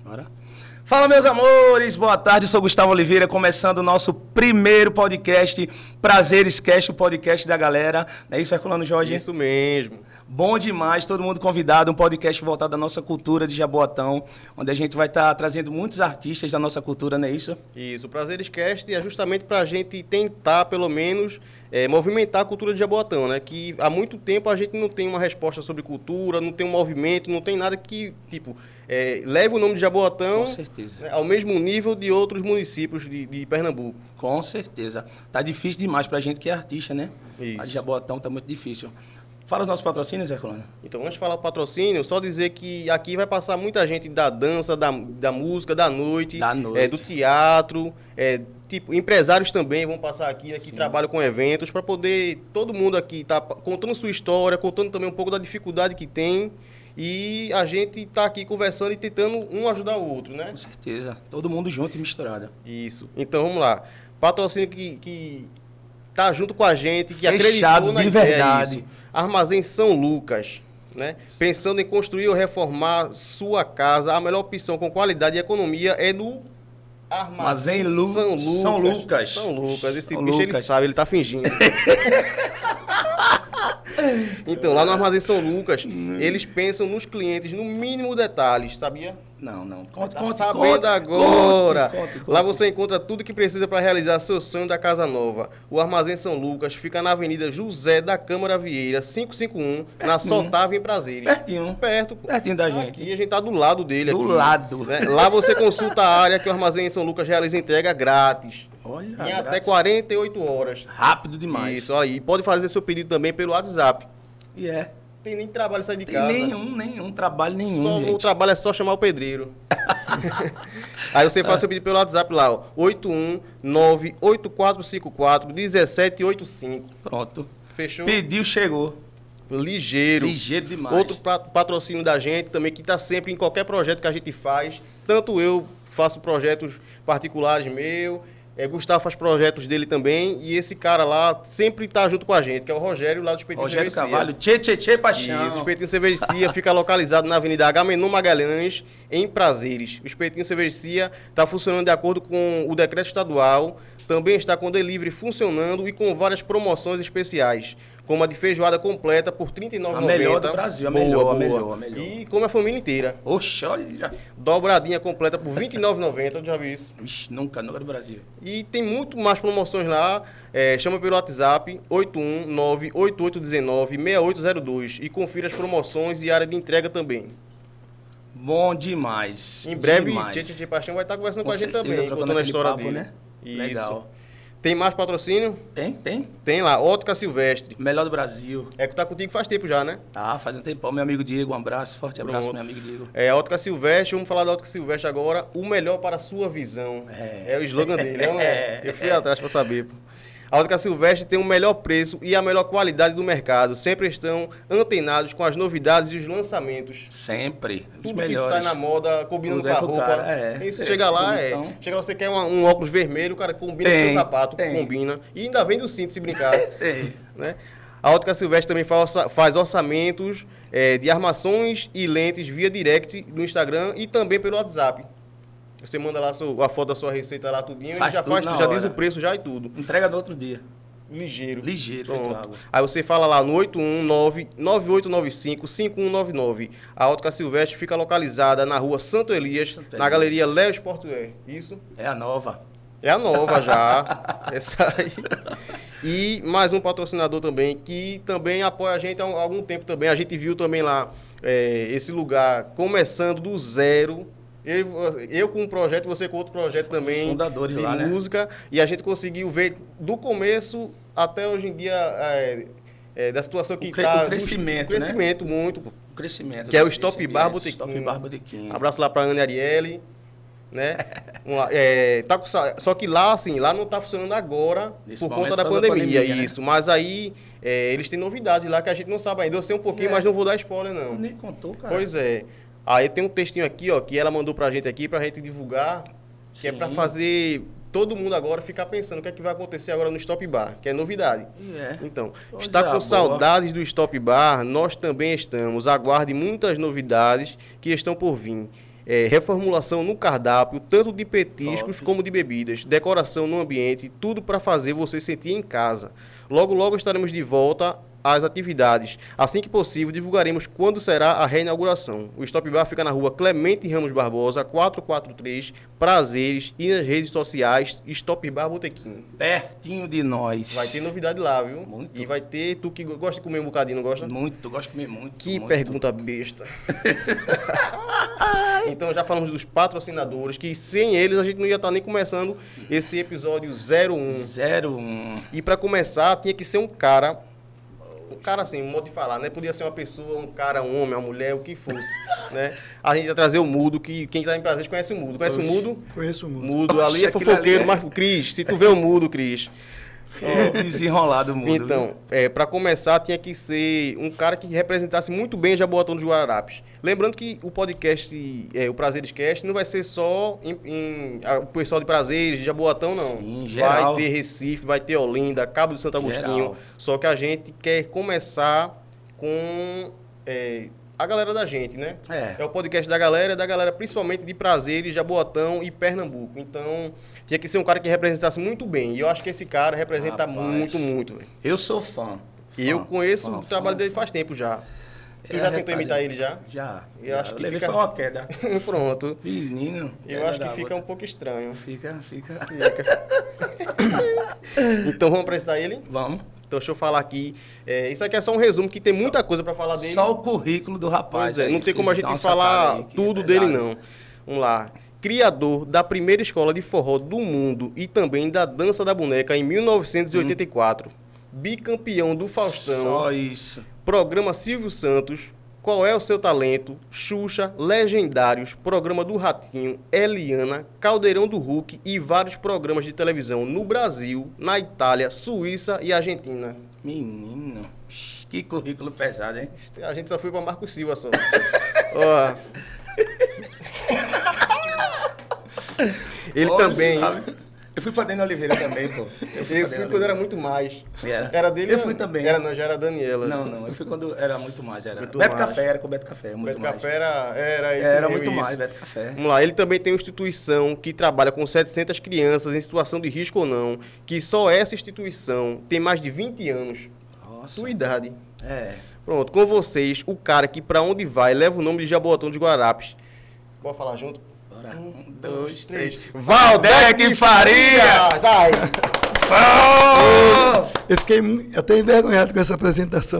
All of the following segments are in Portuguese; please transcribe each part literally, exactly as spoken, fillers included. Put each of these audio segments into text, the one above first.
Bora. Fala, meus amores, boa tarde, eu sou Gustavo Oliveira, começando o nosso primeiro podcast, Prazeres Cast, o podcast da galera. Não é isso, Herculano Jorge? Isso mesmo. Bom demais, todo mundo convidado, um podcast voltado à nossa cultura de Jaboatão, onde a gente vai estar trazendo muitos artistas da nossa cultura, não é isso? Isso, o Prazeres Cast é justamente para a gente tentar, pelo menos, é, movimentar a cultura de Jaboatão, né? Que há muito tempo a gente não tem uma resposta sobre cultura, não tem um movimento, não tem nada que, tipo... É, leva o nome de Jaboatão né, ao mesmo nível de outros municípios de, de Pernambuco. Com certeza. Tá difícil demais pra gente que é artista, né? Isso. A de Jaboatão tá muito difícil. Fala os nossos patrocínios, Herculano. Então, antes de falar o patrocínio, só dizer que aqui vai passar muita gente da dança, da, da música, da noite, da noite. É, do teatro, é, tipo, empresários também vão passar aqui, né, que trabalham com eventos, para poder todo mundo aqui tá contando sua história, contando também um pouco da dificuldade que tem. E a gente está aqui conversando e tentando um ajudar o outro, né? Com certeza. Todo mundo junto e misturado. Isso. Então, vamos lá. Patrocínio que, que tá junto com a gente, que Fechado, acreditou na de ideia. verdade. Isso. Armazém São Lucas, né? Pensando em construir ou reformar sua casa, a melhor opção com qualidade e economia é no Armazém Lu... São Lucas. São Lucas. São Lucas. Esse São bicho, Lucas. ele sabe, ele tá fingindo. Então, lá no Armazém São Lucas, eles pensam nos clientes no mínimo detalhes, sabia? Não, não. Conta, tá conta, sabendo conta, agora. Conta, conta, conta. Lá você encontra tudo que precisa para realizar seu sonho da casa nova. O Armazém São Lucas fica na Avenida José da Câmara Vieira, quinhentos e cinquenta e um, pertinho. Na Soltávia, em Prazeres. Pertinho. Perto. Pertinho da gente. E a gente tá do lado dele do aqui. Do lado. Né? Lá você consulta a área que o Armazém São Lucas realiza entrega grátis. Olha, em grátis. até quarenta e oito horas. Rápido demais. Isso, aí. Pode fazer seu pedido também pelo WhatsApp. E yeah. é. Tem nem trabalho sair de Tem casa. nenhum, nenhum trabalho nenhum, só, gente. O trabalho é só chamar o pedreiro. Aí você faz ah. seu pedido pelo WhatsApp lá, ó. oito um nove oito quatro cinco quatro um sete oito cinco. Pronto. Fechou? Pediu, chegou. Ligeiro. Ligeiro demais. Outro patrocínio da gente também, que está sempre em qualquer projeto que a gente faz. Tanto eu faço projetos particulares meu, é, Gustavo faz projetos dele também, e esse cara lá sempre está junto com a gente, que é o Rogério, lá do Espetinho Rogério Cervecia. Cavalho, tchê, tchê, tchê, paixão. Isso, o Espetinho Cervecia fica localizado na Avenida Agamenon Magalhães, em Prazeres. O Espetinho Cervecia está funcionando de acordo com o decreto estadual, também está com delivery funcionando e com várias promoções especiais, como a de feijoada completa por trinta e nove reais e noventa centavos. A melhor do Brasil, a boa, melhor, boa. a melhor, a melhor. E come a família inteira. Oxe, olha. Dobradinha completa por vinte e nove reais e noventa centavos, já vi isso? Ixi, nunca, nunca do Brasil. E tem muito mais promoções lá, é, chama pelo WhatsApp oito um nove oito oito um nove seis oito zero dois e confira as promoções e área de entrega também. Bom demais. Em breve, demais. Tchê Tchê Paixão vai estar conversando com, com a gente certeza, também, contando a história papo, dele. Né? Isso. Legal. Tem mais patrocínio? Tem, tem. Tem lá, Ótica Silvestre. Melhor do Brasil. É que tá contigo faz tempo já, né? Tá, faz um tempão. Meu amigo Diego, um abraço, forte abraço, meu amigo Diego. É, a Ótica Silvestre, vamos falar da Ótica Silvestre agora. O melhor para a sua visão. É, é o slogan dele, não é? Eu fui atrás para saber, pô. A Ótica Silvestre tem o melhor preço e a melhor qualidade do mercado. Sempre estão antenados com as novidades e os lançamentos. Sempre. Os Tudo melhores. que sai na moda, combinando Tudo com a é roupa. Cara, é. Isso é, chega lá, é. bonitão. Chega lá, você quer uma, um óculos vermelho, o cara combina tem, com o seu sapato, tem. combina. E ainda vem do cinto se brincar. Tem. Né? A Ótica Silvestre também faz, faz orçamentos é, de armações e lentes via direct no Instagram e também pelo WhatsApp. Você manda lá a foto da sua receita lá, tudinho, faz e já, tudo faz, já hora. diz o preço já e tudo. Entrega no outro dia. Ligeiro. Ligeiro, feito água. Aí você fala lá no oito um nove nove oito nove cinco cinco um nove nove. A Ótica Silvestre fica localizada na rua Santo Elias, Santo Elias. Na galeria Léo Sportwear. Isso? É a nova. É a nova já. Essa aí. E mais um patrocinador também, que também apoia a gente há algum tempo também. A gente viu também lá é, esse lugar começando do zero. Eu, eu com um projeto, você com outro projeto também. Fundadores de lá, música. Né? E a gente conseguiu ver do começo até hoje em dia é, é, da situação que está. O crescimento, o crescimento né? muito. O crescimento. Que é o Stop Bar Botequim. Stop Bar Botequim. Abraço lá para Ana Arielle. Né? Um, é, tá com, só que lá, assim, lá não está funcionando agora Nesse por conta da pandemia, pandemia, isso. Né? Mas aí é, eles têm novidades lá que a gente não sabe ainda. Eu sei um pouquinho, é. mas não vou dar spoiler, não. Nem contou, cara. Pois é. Aí tem um textinho aqui, ó, que ela mandou pra gente aqui, pra gente divulgar, que Sim. é pra fazer todo mundo agora ficar pensando o que é que vai acontecer agora no Stop Bar, que é novidade. Yeah. Então, Coisa está com boa. saudades do Stop Bar? Nós também estamos. Aguarde muitas novidades que estão por vir. é, reformulação no cardápio, tanto de petiscos Top. como de bebidas, decoração no ambiente, tudo para fazer você sentir em casa. Logo, logo estaremos de volta às atividades. Assim que possível, divulgaremos quando será a reinauguração. O Stop Bar fica na rua Clemente Ramos Barbosa, quatrocentos e quarenta e três, Prazeres, e nas redes sociais, Stop Bar Botequim. Pertinho de nós. Vai ter novidade lá, viu? Muito. E vai ter, tu que gosta de comer um bocadinho, não gosta? Muito, gosto de comer muito. Que muito. pergunta besta. Então já falamos dos patrocinadores, que sem eles a gente não ia estar nem começando esse episódio zero um. zero um. E para começar, tinha que ser um cara, um cara assim, um modo de falar, né? Podia ser uma pessoa, um cara, um homem, uma mulher, o que fosse, né? A gente ia trazer o Mudo, que quem tá em Prazeres conhece o Mudo. Conhece Oxe, o Mudo? Conheço o Mudo. Mudo, ali é Oxe, aquilo fofoqueiro, ali é- mas Cris, se tu vê o Mudo, Cris... É desenrolado mundo. Então, é, para começar, tinha que ser um cara que representasse muito bem Jaboatão dos Guararapes. Lembrando que o podcast, é, o Prazeres Cast, não vai ser só em, em, a, o pessoal de Prazeres, de Jaboatão, não. Sim, vai geral. ter Recife, vai ter Olinda, Cabo do Santo Agostinho. Geral. Só que a gente quer começar com é, a galera da gente, né? É. É o podcast da galera, da galera principalmente de Prazeres, Jaboatão e Pernambuco. Então, tinha que ser um cara que representasse muito bem. E eu acho que esse cara representa Rapaz. muito, muito, velho. Eu sou fã. E eu Fã, conheço fã, o trabalho fã, dele fã. faz tempo já. Tu É, já tentou rapaz, imitar ele já? Já. Eu já. acho que levei fica- foi uma queda. Pronto. Menino. Eu queda acho que da fica um outra. pouco estranho. Fica, fica. Então vamos apresentar ele? Vamos. Então deixa eu falar aqui. É, isso aqui é só um resumo, que tem muita coisa pra falar dele. Só o currículo do rapaz. Pois é, aí, não tem pra como a vocês gente dar uma sacada falar aí, que tudo é dele, pesado. não. Vamos lá. Criador da primeira escola de forró do mundo e também da dança da boneca em mil novecentos e oitenta e quatro. Bicampeão do Faustão. Só isso. Programa Silvio Santos, Qual é o Seu Talento, Xuxa, Legendários, Programa do Ratinho, Eliana, Caldeirão do Hulk e vários programas de televisão no Brasil, na Itália, Suíça e Argentina. Menino. Que currículo pesado, hein? A gente só foi pra Marco Silva só. Ó. Ele Olha, também. sabe? Eu fui pra Daniela Oliveira também, pô. Eu pra fui Daniela quando era muito mais. Era? Era dele? Eu fui também. Era, não, já era Daniela. Não, não. Eu fui quando era muito mais. Era Muito Beto mais. Café, era com o Beto Café. Muito Beto mais. Café era, era isso Era mesmo, muito isso. mais, Beto Café. Vamos lá, ele também tem uma instituição que trabalha com setecentas crianças em situação de risco ou não, que só essa instituição tem mais de vinte anos. Nossa. Sua idade. É. Pronto, com vocês, o cara que pra onde vai leva o nome de Jaboatão dos Guararapes. Bora falar junto? Bora. Um, dois, três. Valdec Faria! Ai. Eu fiquei mu- até envergonhado com essa apresentação.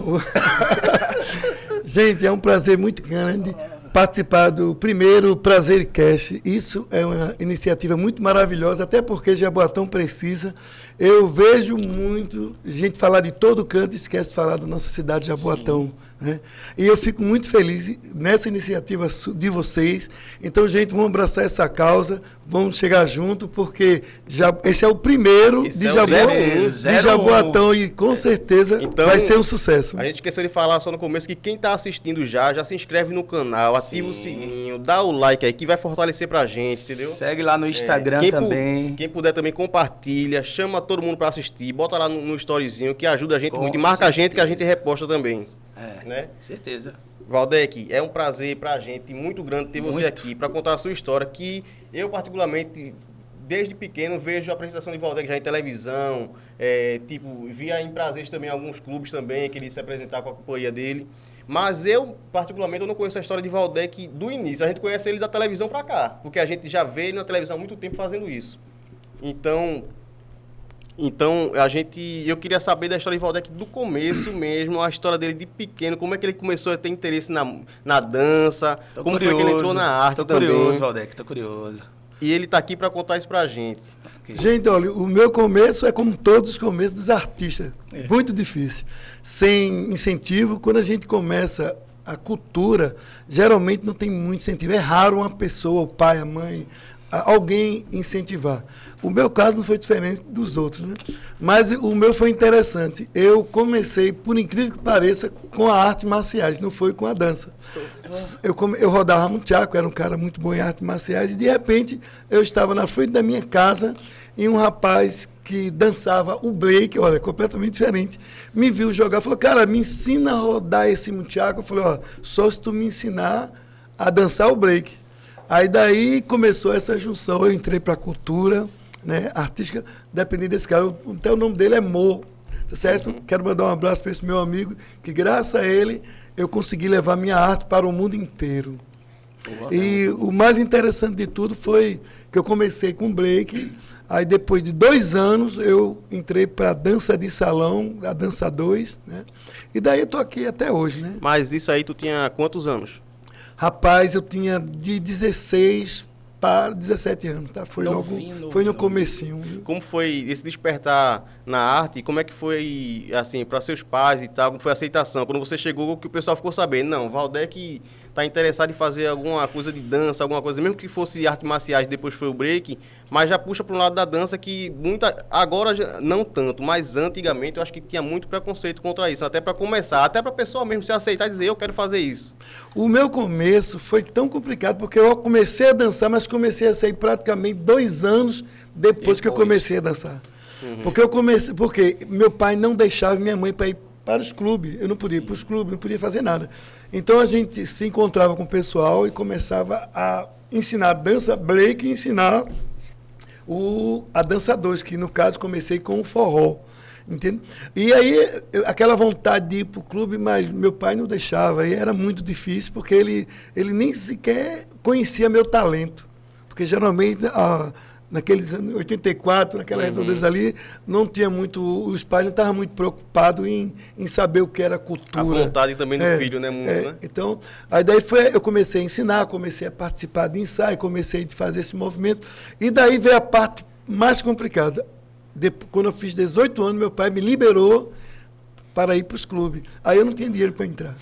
Gente, é um prazer muito grande participar do primeiro Prazer Cast. Isso é uma iniciativa muito maravilhosa, até porque Jaboatão precisa. Eu vejo muito gente falar de todo canto e esquece de falar da nossa cidade de Jaboatão. Né? E eu fico muito feliz nessa iniciativa su- de vocês. Então, gente, vamos abraçar essa causa, vamos chegar junto, porque já, esse é o primeiro Esse de, é o Jabo- zero um, de zero Jaboatão e com certeza Então, vai ser um sucesso. A gente esqueceu de falar só no começo que quem tá assistindo já, já se inscreve no canal, ativa o Sim. sininho, dá o like aí, que vai fortalecer pra gente, entendeu? Segue lá no Instagram É, quem pu- também. quem puder também compartilha, chama todo mundo pra assistir, bota lá no, no storyzinho que ajuda a gente Com muito e marca a gente que a certeza. gente reposta também, É, né? certeza. Valdec, é um prazer pra gente muito grande ter você Muito. aqui pra contar a sua história, que eu particularmente desde pequeno vejo a apresentação de Valdec já em televisão, é, tipo, via em prazeres também alguns clubes também que ele se apresentar com a companhia dele. Mas eu, particularmente, eu não conheço a história de Valdec do início. A gente conhece ele da televisão pra cá, porque a gente já vê ele na televisão há muito tempo fazendo isso. Então, então a gente, eu queria saber da história de Valdec do começo mesmo, a história dele de pequeno, como é que ele começou a ter interesse na, na dança, Tô como curioso. foi que ele entrou na arte Tô também. curioso, Valdec, tô curioso. E ele tá aqui pra contar isso pra gente. Ok. Gente, olha, o meu começo é como todos os começos dos artistas. É. Muito difícil. Sem incentivo, quando a gente começa a cultura, geralmente não tem muito incentivo. É raro uma pessoa, o pai, a mãe, a- alguém incentivar. O meu caso não foi diferente dos outros, né? Mas o meu foi interessante. Eu comecei, por incrível que pareça, com a artes marciais, não foi com a dança. Eu, come- eu rodava muito teatro, era um cara muito bom em artes marciais, e de repente eu estava na frente da minha casa e um rapaz que dançava o Blake, olha, completamente diferente, me viu jogar, falou, cara, me ensina a rodar esse muchaco. Eu falei, ó, só se tu me ensinar a dançar o Blake. Aí daí começou essa junção. Eu entrei para a cultura, né, artística, dependendo desse cara. Até o nome dele é Mo, tá certo? Uhum. Quero mandar um abraço para esse meu amigo, que graças a ele eu consegui levar minha arte para o mundo inteiro. Nossa. E o mais interessante de tudo foi que eu comecei com break, aí depois de dois anos eu entrei para a dança de salão, a dança dois, né? E daí eu tô aqui até hoje, né? Mas isso aí tu tinha quantos anos? Rapaz, eu tinha de dezesseis para dezessete anos, tá? Foi Novinho, logo, novinho, foi no novinho. comecinho. Viu? Como foi esse despertar na arte? Como é que foi, assim, para seus pais e tal? Como foi a aceitação? Quando você chegou, que o pessoal ficou sabendo, não, Valdec tá interessado em fazer alguma coisa de dança, alguma coisa, mesmo que fosse artes marciais, depois foi o break, mas já puxa para um lado da dança que muita, agora já, não tanto, mas antigamente eu acho que tinha muito preconceito contra isso, até para começar, até para a pessoa mesmo se aceitar e dizer, eu quero fazer isso. O meu começo foi tão complicado, porque eu comecei a dançar, mas comecei a sair praticamente dois anos depois, depois. que eu comecei a dançar. Uhum. Porque eu comecei, porque meu pai não deixava minha mãe para ir para os clubes. Eu não podia Sim. ir para os clubes, não podia fazer nada. Então a gente se encontrava com o pessoal e começava a ensinar dança break e ensinar o, a dança dois, que no caso comecei com o forró. Entende? E aí, eu, aquela vontade de ir para o clube, mas meu pai não deixava. E era muito difícil, porque ele, ele nem sequer conhecia meu talento. Porque geralmente, a, naqueles anos oitenta e quatro, naquela uhum. redondeza ali, não tinha muito, os pais não estavam muito preocupados em, em saber o que era cultura. A vontade também do é, filho, né, mundo, é, né? Então, aí daí foi, eu comecei a ensinar, comecei a participar de ensaio, comecei a fazer esse movimento, e daí veio a parte mais complicada. Depois, quando eu fiz dezoito anos, meu pai me liberou para ir para os clubes. Aí eu não tinha dinheiro para entrar.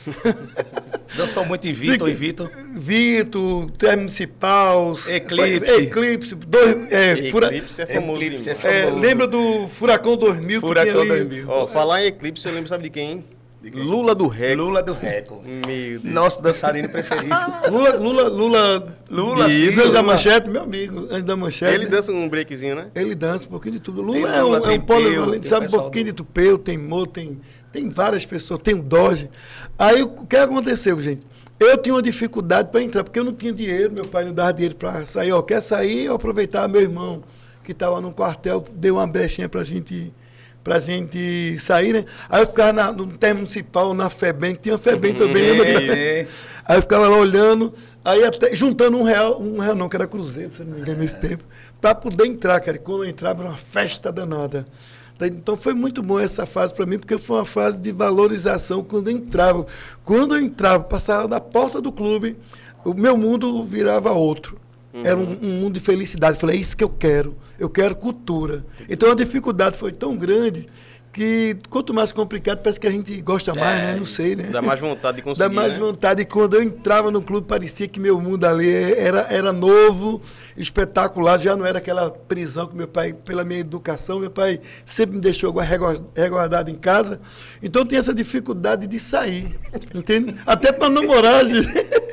Dançou muito em Vitor e Vitor? Vitor, Terra Municipal, Eclipse. Eclipse, dois, é, Eclipse fura, é famoso. Eclipse é é, famoso. lembra do Furacão dois mil? Furacão dois mil. Ó, falar em Eclipse, eu lembro, sabe de quem? Lula do Rego. Lula do Rego. Meu Deus. Nosso dançarino preferido. Lula, Lula, Lula, Lula, sim, sim, antes da Lula. manchete, meu amigo, antes da manchete. Ele né? dança um breakzinho, né? Ele dança um pouquinho de tudo. Lula, Tem é Lula, um, tem é um polivalente, Peu, sabe tem um pessoal pouquinho do- de Tupeu, tem Mo, tem, tem várias pessoas, tem o Doge. Aí o que aconteceu, gente? Eu tinha uma dificuldade para entrar, porque eu não tinha dinheiro, meu pai não dava dinheiro para sair. Ó, quer sair? Eu aproveitava meu irmão, que estava no quartel, deu uma brechinha para gente, a gente sair, né? Aí eu ficava na, no termo municipal, na FEBEM, que tinha FEBEM também, lembra é, disso? é. Aí eu ficava lá olhando, aí até juntando um real, um real não, que era cruzeiro, se eu não me engano, nesse tempo, para poder entrar, cara. E quando eu entrava, era uma festa danada. Então foi muito bom essa fase para mim, porque foi uma fase de valorização quando eu entrava. Quando eu entrava, passava da porta do clube, o meu mundo virava outro. Uhum. Era um, um mundo de felicidade. Eu falei, é isso que eu quero. Eu quero cultura. Então a dificuldade foi tão grande que quanto mais complicado, parece que a gente gosta mais, É, né? Não sei, né? Dá mais vontade de conseguir, Dá mais né? vontade. E quando eu entrava no clube, parecia que meu mundo ali era, era novo, espetacular. Já não era aquela prisão que meu pai, pela minha educação, meu pai sempre me deixou resguardado em casa. Então tinha essa dificuldade de sair, entende? Até para namorar, gente.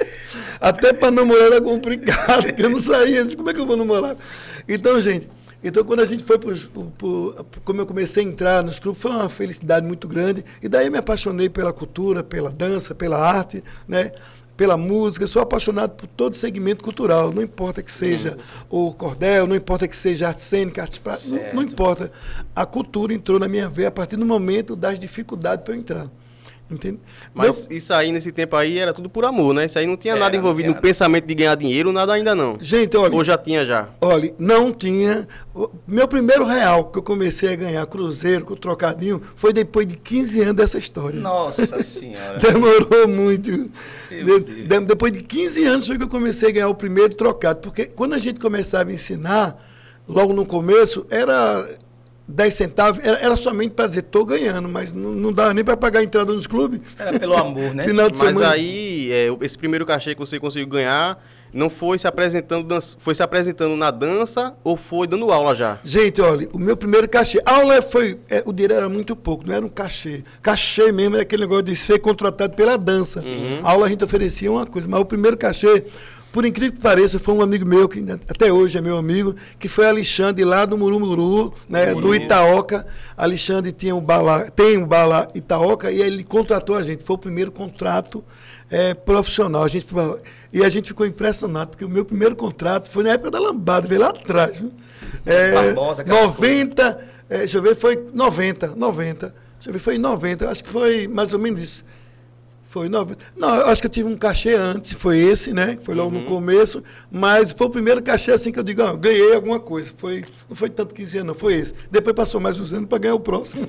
Até para namorar era complicado, porque eu não saía. Como é que eu vou namorar? Então, gente... Então, quando a gente foi para como eu comecei a entrar nos clubes, foi uma felicidade muito grande. E daí eu me apaixonei pela cultura, pela dança, pela arte, né? Pela música. Eu sou apaixonado por todo segmento cultural. Não importa que seja uhum. o cordel, não importa que seja arte cênica, arte plástica, não, não importa. A cultura entrou na minha veia a partir do momento das dificuldades para eu entrar. Entende? Mas Meu... isso aí, nesse tempo aí, era tudo por amor, né? Isso aí não tinha É, nada envolvido não no tinha... pensamento de ganhar dinheiro, nada ainda não. Gente, olha... Ou já tinha já? Olha, não tinha... Meu primeiro real que eu comecei a ganhar cruzeiro com trocadinho foi depois de quinze anos dessa história. Nossa Senhora. Demorou muito. Meu De, de, depois de quinze anos foi que eu comecei a ganhar o primeiro trocado. Porque quando a gente começava a ensinar, logo no começo, era... dez centavos, era, era somente para dizer, estou ganhando, mas não, não dava nem para pagar a entrada nos clubes. Era pelo amor, né? Final de Mas semana. aí, é, esse primeiro cachê que você conseguiu ganhar, não foi se apresentando, dança, foi se apresentando na dança ou foi dando aula já? Gente, olha, o meu primeiro cachê, a aula foi, é, o dinheiro era muito pouco, não era um cachê. Cachê mesmo era aquele negócio de ser contratado pela dança. Uhum. A aula a gente oferecia uma coisa, mas o primeiro cachê... Por incrível que pareça, foi um amigo meu, que até hoje é meu amigo, que foi Alexandre lá do Murumuru, né, do Itaoca. Alexandre tinha um bar lá, tem um bar lá, Itaoca, e ele contratou a gente. Foi o primeiro contrato é, profissional. A gente, e a gente ficou impressionado, porque o meu primeiro contrato foi na época da lambada, veio lá atrás. Viu? É, Barbosa, aquelas noventa, é, deixa eu ver, foi noventa, noventa. Deixa eu ver, foi em noventa, acho que foi mais ou menos isso. Foi noventa. Não, eu acho que eu tive um cachê antes, foi esse, né? Foi logo uhum. no começo, mas foi o primeiro cachê assim que eu digo, ah, ganhei alguma coisa. Foi, não foi tanto quinze anos, não, foi esse. Depois passou mais uns anos para ganhar o próximo.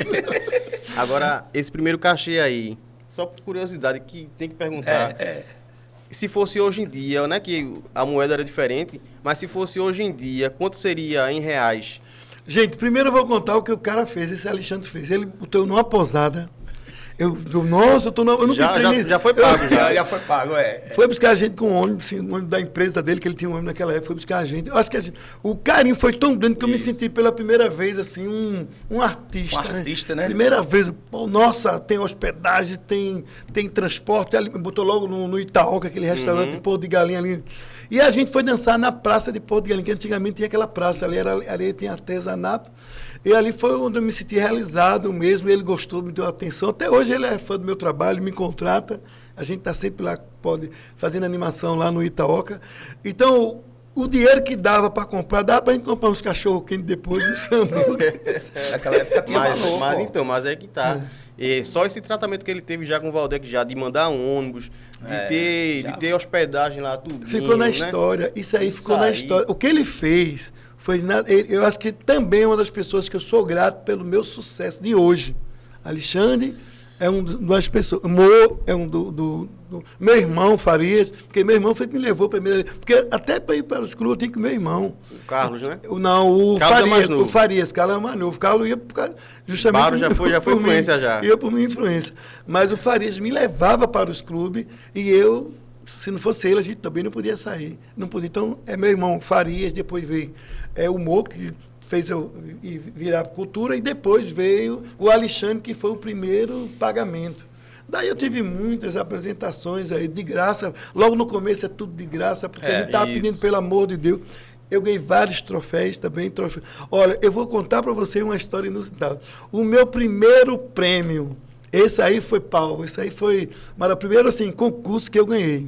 Agora, esse primeiro cachê aí, só por curiosidade, que tem que perguntar. É, é. Se fosse hoje em dia, né, que a moeda era diferente, mas se fosse hoje em dia, quanto seria em reais? Gente, primeiro eu vou contar o que o cara fez, esse Alexandre fez. Ele botou numa posada. Eu, eu, nossa, eu, tô no, eu nunca já, já, já foi pago, eu, já, já foi pago, é. Foi buscar a gente com o ônibus, assim, o ônibus da empresa dele, que ele tinha um ônibus naquela época, foi buscar a gente. Eu acho que a gente, o carinho foi tão grande que Isso. eu me senti pela primeira vez, assim, um, um artista. Um artista, né? né? Primeira vez, pô, nossa, tem hospedagem, tem, tem transporte, ali, botou logo no, no Itaoca, aquele restaurante, uhum. Pô de Galinha ali. E a gente foi dançar na praça de Porto de Galinha, que antigamente tinha aquela praça, ali, era, ali tinha artesanato. E ali foi onde eu me senti realizado mesmo, ele gostou, me deu atenção. Até hoje ele é fã do meu trabalho, me contrata. A gente está sempre lá, pode, fazendo animação lá no Itaoca. Então, o dinheiro que dava para comprar, dava para a gente comprar uns cachorros quentes depois do samba. Naquela época tinha mas, valor. Mas então, mas é que tá. É. E só esse tratamento que ele teve já com o Valdec, já de mandar um ônibus, de, é, ter, de ter hospedagem lá, tudo. Ficou na né? história, isso aí ficou isso na aí. história. O que ele fez... Foi na, eu acho que também é uma das pessoas que eu sou grato pelo meu sucesso de hoje. Alexandre é um das pessoas. Mo é um do, do, do. Meu irmão Farias, porque meu irmão foi que me levou primeiro. Porque até para ir para os clubes eu tenho que ir com meu irmão. O Carlos, né? O, não, o Carlos Farias. É mais novo. O Farias, Carlos é mais novo. O Carlos ia por causa, justamente. Claro, já foi, já foi influência mim, já. Ia por minha influência. Mas o Farias me levava para os clubes e eu. Se não fosse ele, a gente também não podia sair. Não podia. Então, é meu irmão Farias, depois veio é, o Mo, que fez eu virar cultura, e depois veio o Alexandre, que foi o primeiro pagamento. Daí eu tive muitas apresentações aí, de graça. Logo no começo é tudo de graça, porque é, a gente estava pedindo, pelo amor de Deus. Eu ganhei vários troféus também. Troféus. Olha, eu vou contar para você uma história inusitada. O meu primeiro prêmio... Esse aí foi pau, esse aí foi... Mas o primeiro, assim, concurso que eu ganhei.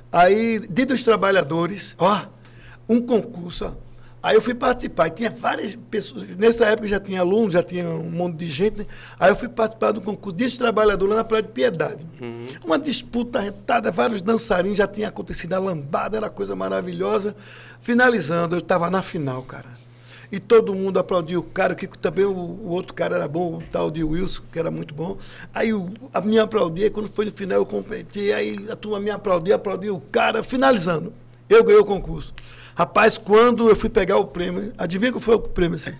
Aí, Dia dos Trabalhadores, ó, um concurso, ó. Aí eu fui participar, e tinha várias pessoas, nessa época já tinha alunos, já tinha um monte de gente, né? Aí eu fui participar do concurso Dia dos Trabalhadores lá na Praia de Piedade. Uhum. Uma disputa retada, vários dançarinos, já tinha acontecido a lambada, era coisa maravilhosa. Finalizando, eu estava na final, cara. E todo mundo aplaudiu o cara, que também o, o outro cara era bom, o tal de Wilson, que era muito bom. Aí o, a minha aplaudia, quando foi no final eu competi, aí a turma me aplaudia, aplaudia o cara, finalizando. Eu ganhei o concurso. Rapaz, quando eu fui pegar o prêmio, adivinha qual foi o prêmio? Assim?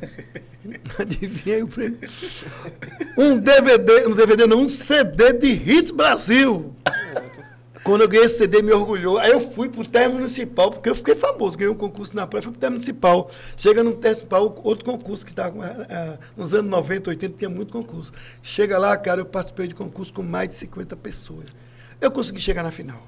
Adivinha o prêmio? Um D V D, um D V D não, um C D de Hits Brasil. Quando eu ganhei esse C D, me orgulhou. Aí eu fui pro término municipal, porque eu fiquei famoso. Ganhei um concurso na praia, fui pro término municipal. Chega no término municipal, outro concurso que estava uh, nos anos noventa, oitenta, tinha muito concurso. Chega lá, cara, eu participei de concurso com mais de cinquenta pessoas. Eu consegui chegar na final.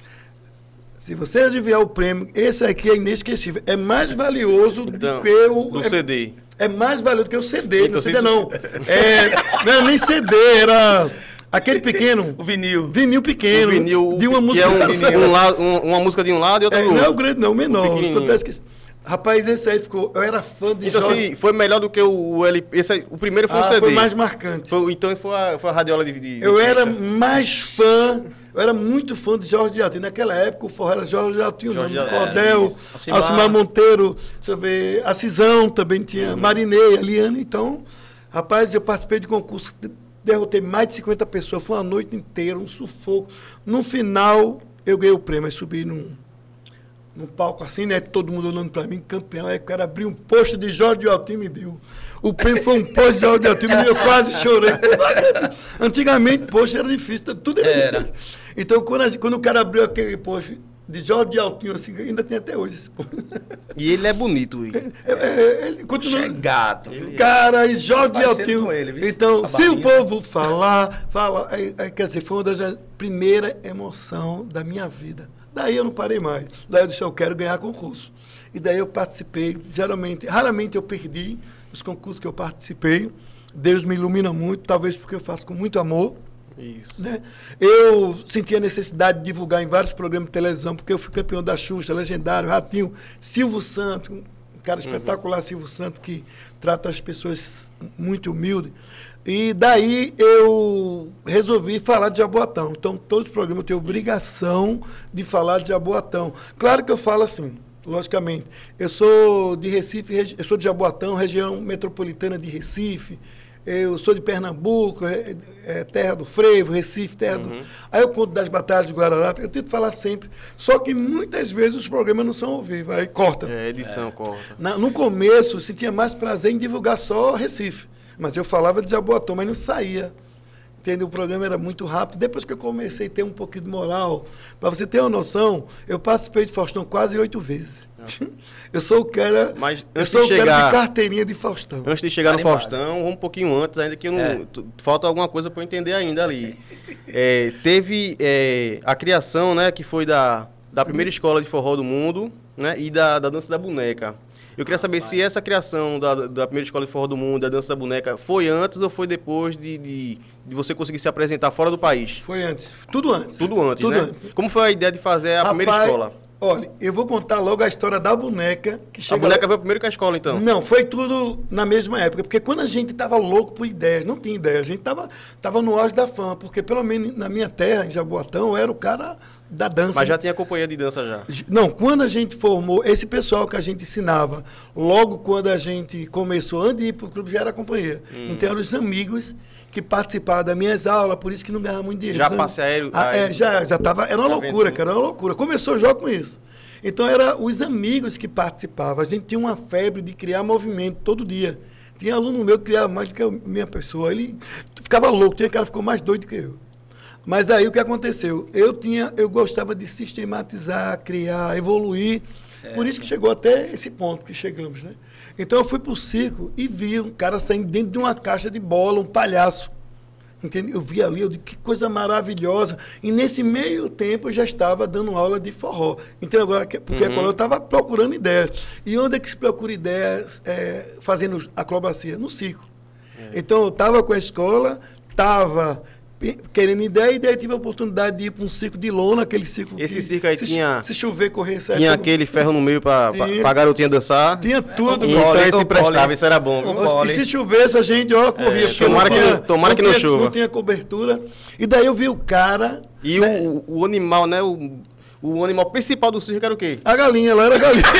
Se você adivinhar o prêmio, esse aqui é inesquecível. É mais valioso então, do que o... Do é, C D. É mais valioso do que o C D. Então, não C D não. É, não era nem C D, era... Aquele pequeno. O vinil. Vinil pequeno. O vinil, de uma música. É um, um lado, um, uma música de um lado e outra é, do outro. Não é o grande, não, o menor. O Rapaz, esse aí ficou. Eu era fã de Então, Jorge... assim, foi melhor do que o L P. Esse aí, o primeiro foi ah, o C D. Foi mais marcante. Foi, então foi a, foi a radiola de, de. Eu de era mais fã. Eu era muito fã de Jorge Altinho. Naquela época o forró era Jorge Altinho, Jorge nome, é, Cordel, Alcimar. Alcimar Monteiro, deixa eu ver, a Cisão também tinha, uhum. Marinei, Eliane. Então, rapaz, eu participei de concurso. Derrotei mais de cinquenta pessoas, foi uma noite inteira, um sufoco. No final, eu ganhei o prêmio, aí subi num, num palco assim, né? Todo mundo olhando para mim, campeão. Aí o cara abriu um posto de Jorge Altinho e me deu. O prêmio foi um posto de Jorge Altinho, eu quase chorei. Antigamente, posto era difícil, tudo era, era. difícil. Então, quando, a, quando o cara abriu aquele posto de Jorge Altinho, assim, ainda tem até hoje esse posto. E ele é bonito, Igor. É, é, ele continua. Chegado. Cara, e Jorge Altinho. Ele, então, se o povo falar, fala. É, é, quer dizer, foi uma das primeiras emoções da minha vida. Daí eu não parei mais. Daí eu disse, eu quero ganhar concurso. E daí eu participei, geralmente, raramente eu perdi os concursos que eu participei. Deus me ilumina muito, talvez porque eu faço com muito amor. Isso. Né? Eu senti a necessidade de divulgar em vários programas de televisão, porque eu fui campeão da Xuxa, Legendário, Ratinho, Silvio Santos, um cara espetacular, uhum. Silvio Santos, que trata as pessoas muito humildes. E daí eu resolvi falar de Jaboatão. Então, todos os programas eu tenho obrigação de falar de Jaboatão. Claro que eu falo assim, logicamente. Eu sou de Recife, eu sou de Jaboatão, região metropolitana de Recife. Eu sou de Pernambuco, é, é, terra do frevo, Recife, terra uhum. do... Aí eu conto das batalhas de Guararapes, eu tento falar sempre. Só que muitas vezes os programas não são ao vivo, aí corta. É, edição é. corta. Na, no começo, eu sentia mais prazer em divulgar só Recife. Mas eu falava de Jaboatão, mas não saía. Entendeu? O programa era muito rápido. Depois que eu comecei a ter um pouquinho de moral, para você ter uma noção, eu participei de Faustão quase oito vezes. Ah. Eu sou o cara, mas eu sou o chegar, cara de carteirinha de Faustão. Antes de chegar Animado. no Faustão, vamos um pouquinho antes, ainda que eu não, é. falta alguma coisa para eu entender ainda ali. É, teve é, a criação, né, que foi da, da primeira escola de forró do mundo, né, e da, da dança da boneca. Eu queria saber se essa criação da, da primeira escola de forró do mundo, da dança da boneca, foi antes ou foi depois de, de, de você conseguir se apresentar fora do país? Foi antes. Tudo antes. Tudo antes, Tudo né? Antes. Como foi a ideia de fazer a Rapaz, primeira escola? Olha, eu vou contar logo a história da boneca. Que chega a boneca lá... veio primeiro que a escola, então? Não, foi tudo na mesma época. Porque quando a gente estava louco por ideias, não tinha ideia. A gente estava tava no auge da fama. Porque pelo menos na minha terra, em Jaboatão, eu era o cara... da dança. Mas já tinha companhia de dança já? Não, quando a gente formou, esse pessoal que a gente ensinava, logo quando a gente começou, antes de ir para o clube, já era companhia. Hum. Então eram os amigos que participavam das minhas aulas, por isso que não ganhava muito dinheiro. Já passe aéreo? Ah, é, já, já tava, era uma loucura, cara, era uma loucura. Começou já com isso. Então eram os amigos que participavam. A gente tinha uma febre de criar movimento todo dia. Tinha aluno meu que criava mais do que a minha pessoa. Ele ficava louco, tinha cara que ficou mais doido que eu. Mas aí o que aconteceu? Eu tinha, eu gostava de sistematizar, criar, evoluir. Certo. Por isso que chegou até esse ponto que chegamos, né? Então eu fui para o circo e vi um cara saindo dentro de uma caixa de bola, um palhaço. Entendeu? Eu vi ali, eu disse, que coisa maravilhosa. E nesse meio tempo eu já estava dando aula de forró. Então agora, porque uhum. agora eu estava procurando ideias. E onde é que se procura ideias é, fazendo acrobacia? No circo. É. Então eu estava com a escola, estava... querendo ideia, e daí tive a oportunidade de ir para um circo de lona, aquele circo Esse que, circo aí se, tinha... Se chover, correr... Certo, tinha aquele ferro no meio para a garotinha dançar? Tinha tudo. E então esse prestava, isso era bom. Viu? E se chovesse, a gente, ó, corria. É, tomara, tinha, que, tomara não que não tinha, chova. Não tinha cobertura. E daí eu vi o cara... E né? o, o animal, né? O, o animal principal do circo era o quê? A galinha, ela era a galinha.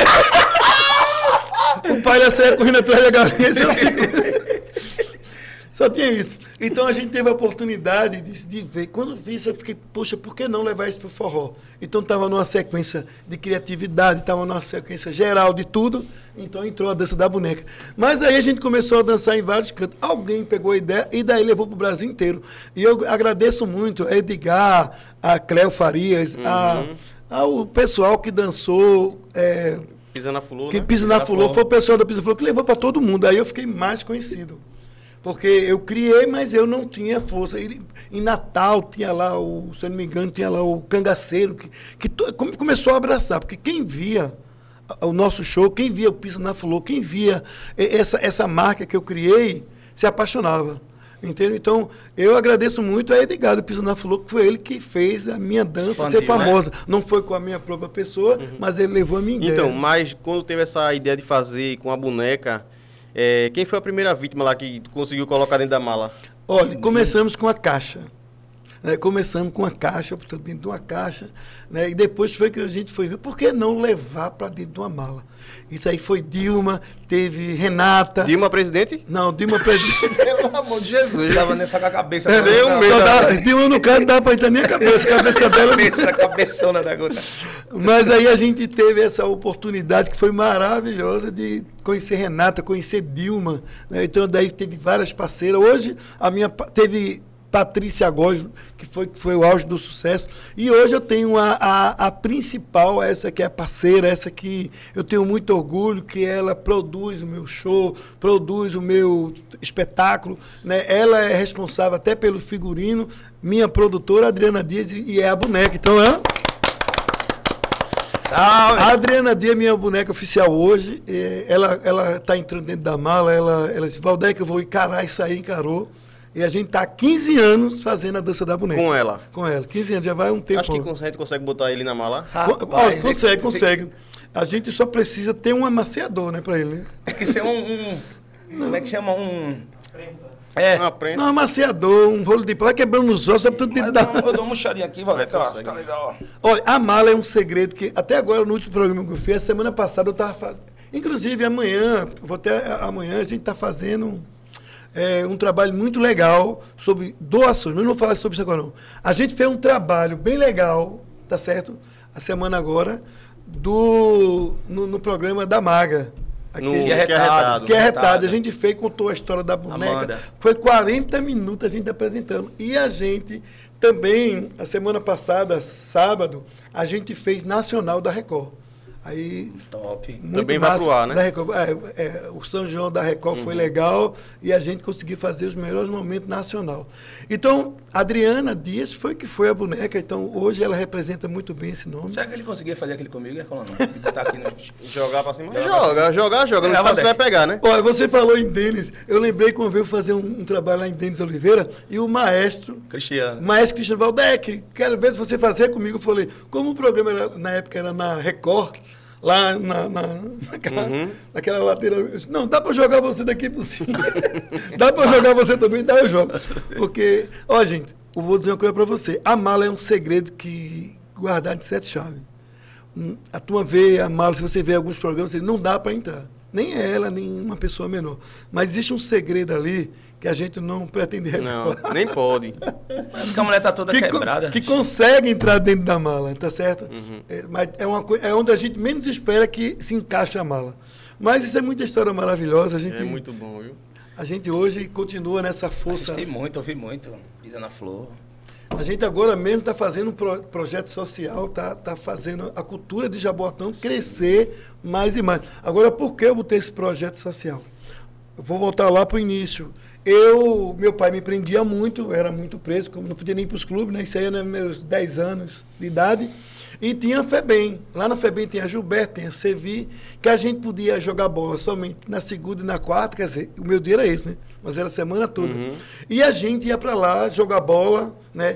O pai ia sair correndo atrás da galinha, esse é o circo. Só tinha isso. Então a gente teve a oportunidade de, de ver. Quando vi isso, eu fiquei, poxa, por que não levar isso para o forró? Então estava numa sequência de criatividade, estava numa sequência geral de tudo. Então entrou a dança da boneca. Mas aí a gente começou a dançar em vários cantos. Alguém pegou a ideia e daí levou para o Brasil inteiro. E eu agradeço muito a Edgar, a Cléo Farias, uhum. a, ao pessoal que dançou. É, Pisa na Fulô, que né? Pisa na Fulô, foi o pessoal da Pisa na Fulô que levou para todo mundo. Aí eu fiquei mais conhecido. Porque eu criei, mas eu não tinha força. Ele, em Natal tinha lá, o, se eu não me engano, tinha lá o cangaceiro, que, que to, começou a abraçar. Porque quem via o nosso show, quem via o Pisa na Fulô, quem via essa, essa marca que eu criei, se apaixonava. Entendeu? Então, eu agradeço muito a Edgar do Pisa na Fulô, que foi ele que fez a minha dança Expandiu, ser famosa. Né? Não foi com a minha própria pessoa, uhum. mas ele levou a minha ideia. Então, mas quando teve essa ideia de fazer com a boneca... É, quem foi a primeira vítima lá que conseguiu colocar dentro da mala? Olha, começamos com a caixa. Né? Começamos com a caixa, portanto, dentro de uma caixa. Né? E depois foi que a gente foi ver, por que não levar para dentro de uma mala? Isso aí foi Dilma, teve Renata. Dilma presidente? Não, Dilma presidente. Pelo amor de Jesus. Estava nessa com a cabeça. É, Deu medo. Dá, Dilma, no caso, não dava para entrar nem a cabeça. A cabeça dela. Cabeça, cabeçona da gota. Mas aí a gente teve essa oportunidade que foi maravilhosa de conhecer Renata, conhecer Dilma. Né? Então, daí teve várias parceiras. Hoje, a minha teve Patrícia Góes, que foi, que foi o auge do sucesso. E hoje eu tenho a, a, a principal, essa que é a parceira, essa que eu tenho muito orgulho, que ela produz o meu show, produz o meu espetáculo. Né? Ela é responsável até pelo figurino, minha produtora, Adriana Dias, e, e é a boneca. Então, é... Salve. A Adriana Dias é minha boneca oficial hoje. Ela ela está entrando dentro da mala. Ela, ela disse, Valdeir, que eu vou encarar isso aí, encarou. E a gente está há quinze anos fazendo a dança da boneca. Com ela? Com ela. quinze anos, já vai um tempo. Acho que a gente consegue botar ele na mala. Co- ó, consegue, consegue. A gente só precisa ter um amaciador, né, para ele, né? Tem que ser um, um- como é que chama? Um... É. Uma prensa. Não, amaciador, um rolo de pau, vai quebrando nos ossos, é tanto Mas que dá dá. um- eu dou uma murchadinha aqui, Valdec, ó, Consegue. fica legal, ó. Olha, a mala é um segredo que até agora, no último programa que eu fiz, a semana passada eu estava fazendo. Inclusive, amanhã, vou até amanhã, a gente está fazendo é, um trabalho muito legal sobre doações. Mas não vou falar sobre isso agora, não. A gente fez um trabalho bem legal, tá certo? A semana agora, do, no, no programa da Maga. Aqui, No- Que é que é retado. retado. que é retado. A gente fez, contou a história da boneca. Amanda. Foi quarenta minutos a gente apresentando. E a gente também, a semana passada, sábado, a gente fez Nacional da Record. Aí, Top. muito Também vai massa pro ar, né? da Record. É, é, o São João da Record Uhum. foi legal e a gente conseguiu fazer os melhores momentos nacional. Então, Adriana Dias foi que foi a boneca. Então, hoje ela representa muito bem esse nome. Será que ele conseguia fazer aquilo comigo? É como não? Botar aqui no... Jogar pra cima? Jogar Joga, pra joga, joga. Não É, sabe se vai Valdec. pegar, né? Olha, você falou em Denis. Eu lembrei quando veio fazer um, um trabalho lá em Denis Oliveira e o maestro, Cristiano. maestro Cristiano Valdec, quero ver se você fazer comigo. Eu falei, como o programa era- na época era na Record, lá na, na, naquela, naquela ladeira. eu disse, não, dá para jogar você daqui por cima. Dá para jogar você também, dá eu jogo. Porque, ó, gente, eu vou dizer uma coisa para você. A mala é um segredo que guardar de sete chaves. Hum, A tua vê a mala, se você vê alguns programas, não dá para entrar. Nem ela, nem uma pessoa menor. Mas existe um segredo ali que a gente não pretende Não, revelar. nem pode. Mas que a mulher tá toda Que, co- quebrada. que consegue entrar dentro da mala, tá certo? Uhum. É, mas é, uma coi- é onde a gente menos espera que se encaixe a mala. Mas isso é muita história maravilhosa. A gente, É muito bom, viu? a gente hoje continua nessa força. Gostei muito, ouvi muito. Pisa na flor. A gente agora mesmo está fazendo um pro- projeto social, está tá fazendo a cultura de Jaboatão crescer mais e mais. Agora, por que eu botei esse projeto social? Eu vou voltar lá para o início. Eu, meu pai me prendia muito, eu era muito preso, como não podia nem ir para os clubes, né? Isso aí era meus dez anos de idade. E tinha a FEBEM. Lá na FEBEM tem a Gilberto, tem a Sevi, que a gente podia jogar bola somente na segunda e na quarta, quer dizer, o meu dia era esse, né? Mas era a semana toda. E a gente ia para lá jogar bola, né?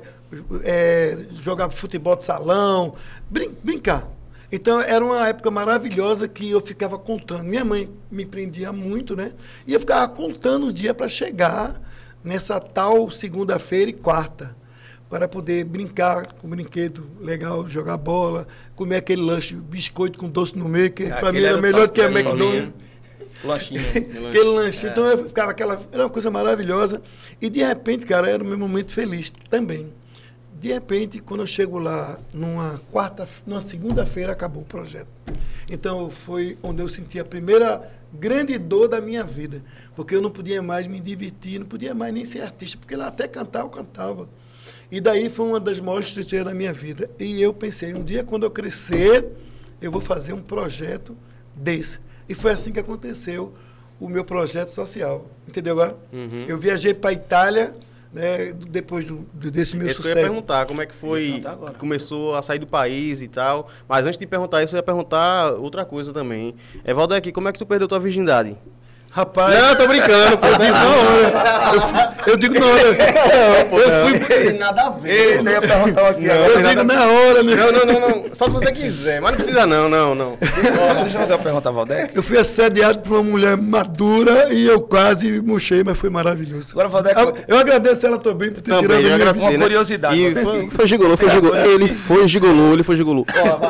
É, jogar futebol de salão, brin- brincar. Então, era uma época maravilhosa que eu ficava contando. Minha mãe me prendia muito, né? E eu ficava contando os dias para chegar nessa tal segunda-feira e quarta, para poder brincar com brinquedo legal, jogar bola, comer aquele lanche, biscoito com doce no meio, que para mim Aquele era o melhor top do que a da McDonald's. escolinha. Lanchinho. Aquele lanche. Então, eu ficava aquela... Era uma coisa maravilhosa. E, de repente, cara, era o meu momento feliz também. De repente, quando eu chego lá, numa quarta, numa segunda-feira, acabou o projeto. Então, foi onde eu senti a primeira grande dor da minha vida. Porque eu não podia mais me divertir, não podia mais nem ser artista, porque lá até cantar eu cantava. E daí foi uma das maiores tristezas da minha vida. E eu pensei, um dia, quando eu crescer, eu vou fazer um projeto desse. E foi assim que aconteceu o meu projeto social. Entendeu agora? Uhum. Eu viajei para a Itália, né, depois do, do- desse meu Isso que eu ia sucesso. perguntar, como é que foi, Perguntar agora. que começou a sair do país e tal. Mas antes de perguntar isso, eu ia perguntar outra coisa também. É, Valdec, como é que tu perdeu tua virgindade? Rapaz, Não, eu tô brincando, pô. eu digo na hora. Eu, eu digo na hora. Eu fui. nada a ver. Eita, eu ia perguntar aqui Não, agora. Eu tem digo nada- na hora, né? Não, não, não, não. Só se você quiser, mas não precisa não, não, não. Ó, deixa eu fazer uma pergunta, Valdec. Eu fui assediado por uma mulher madura e eu quase murchei, mas foi maravilhoso. Agora, Valdec, Eu, eu agradeço ela também por ter Também, tirado a eu minha agradeci, uma né? curiosidade. E foi, foi gigolô, foi gigolô. Ele foi gigolô, ele foi gigolô.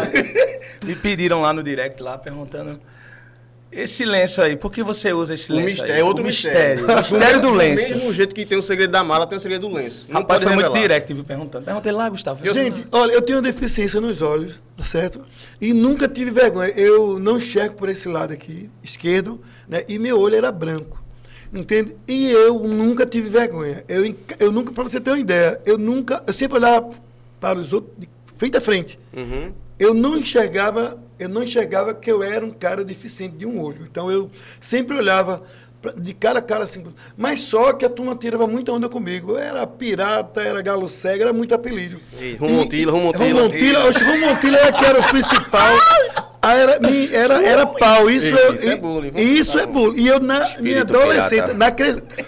me pediram lá no direct, lá, perguntando... Esse lenço aí, por que você usa esse O lenço mistério, aí? é outro o mistério. mistério. O mistério do Do lenço. mesmo jeito que tem o segredo da mala, tem o segredo do lenço. Não Rapaz, pode foi muito revelar. direct, viu, perguntando. Perguntei lá, Gustavo. Gente, olha, eu tenho uma deficiência nos olhos, tá certo? E nunca tive vergonha. Eu não enxergo por esse lado aqui, esquerdo, né? E meu olho era branco. Entende? E eu nunca tive vergonha. Eu, enca- eu nunca, para você ter uma ideia, eu nunca, eu sempre olhava para os outros de frente a frente. Uhum. Eu não enxergava, eu não enxergava que eu era um cara deficiente de um olho. Então eu sempre olhava pra- de cara a cara assim. Mas só que a turma tirava muita onda comigo. Eu era pirata, era galo cego, era muito apelido. E Rumontila, E- e- Rumontila. Rumontila, oxe, Rumontila era que era o principal. Ah, era, mi- era, era pau. Isso, Isso, eu- isso é e- bullying, vamos Isso é bullying. E eu, na minha Espírito adolescência, pirata. na cre...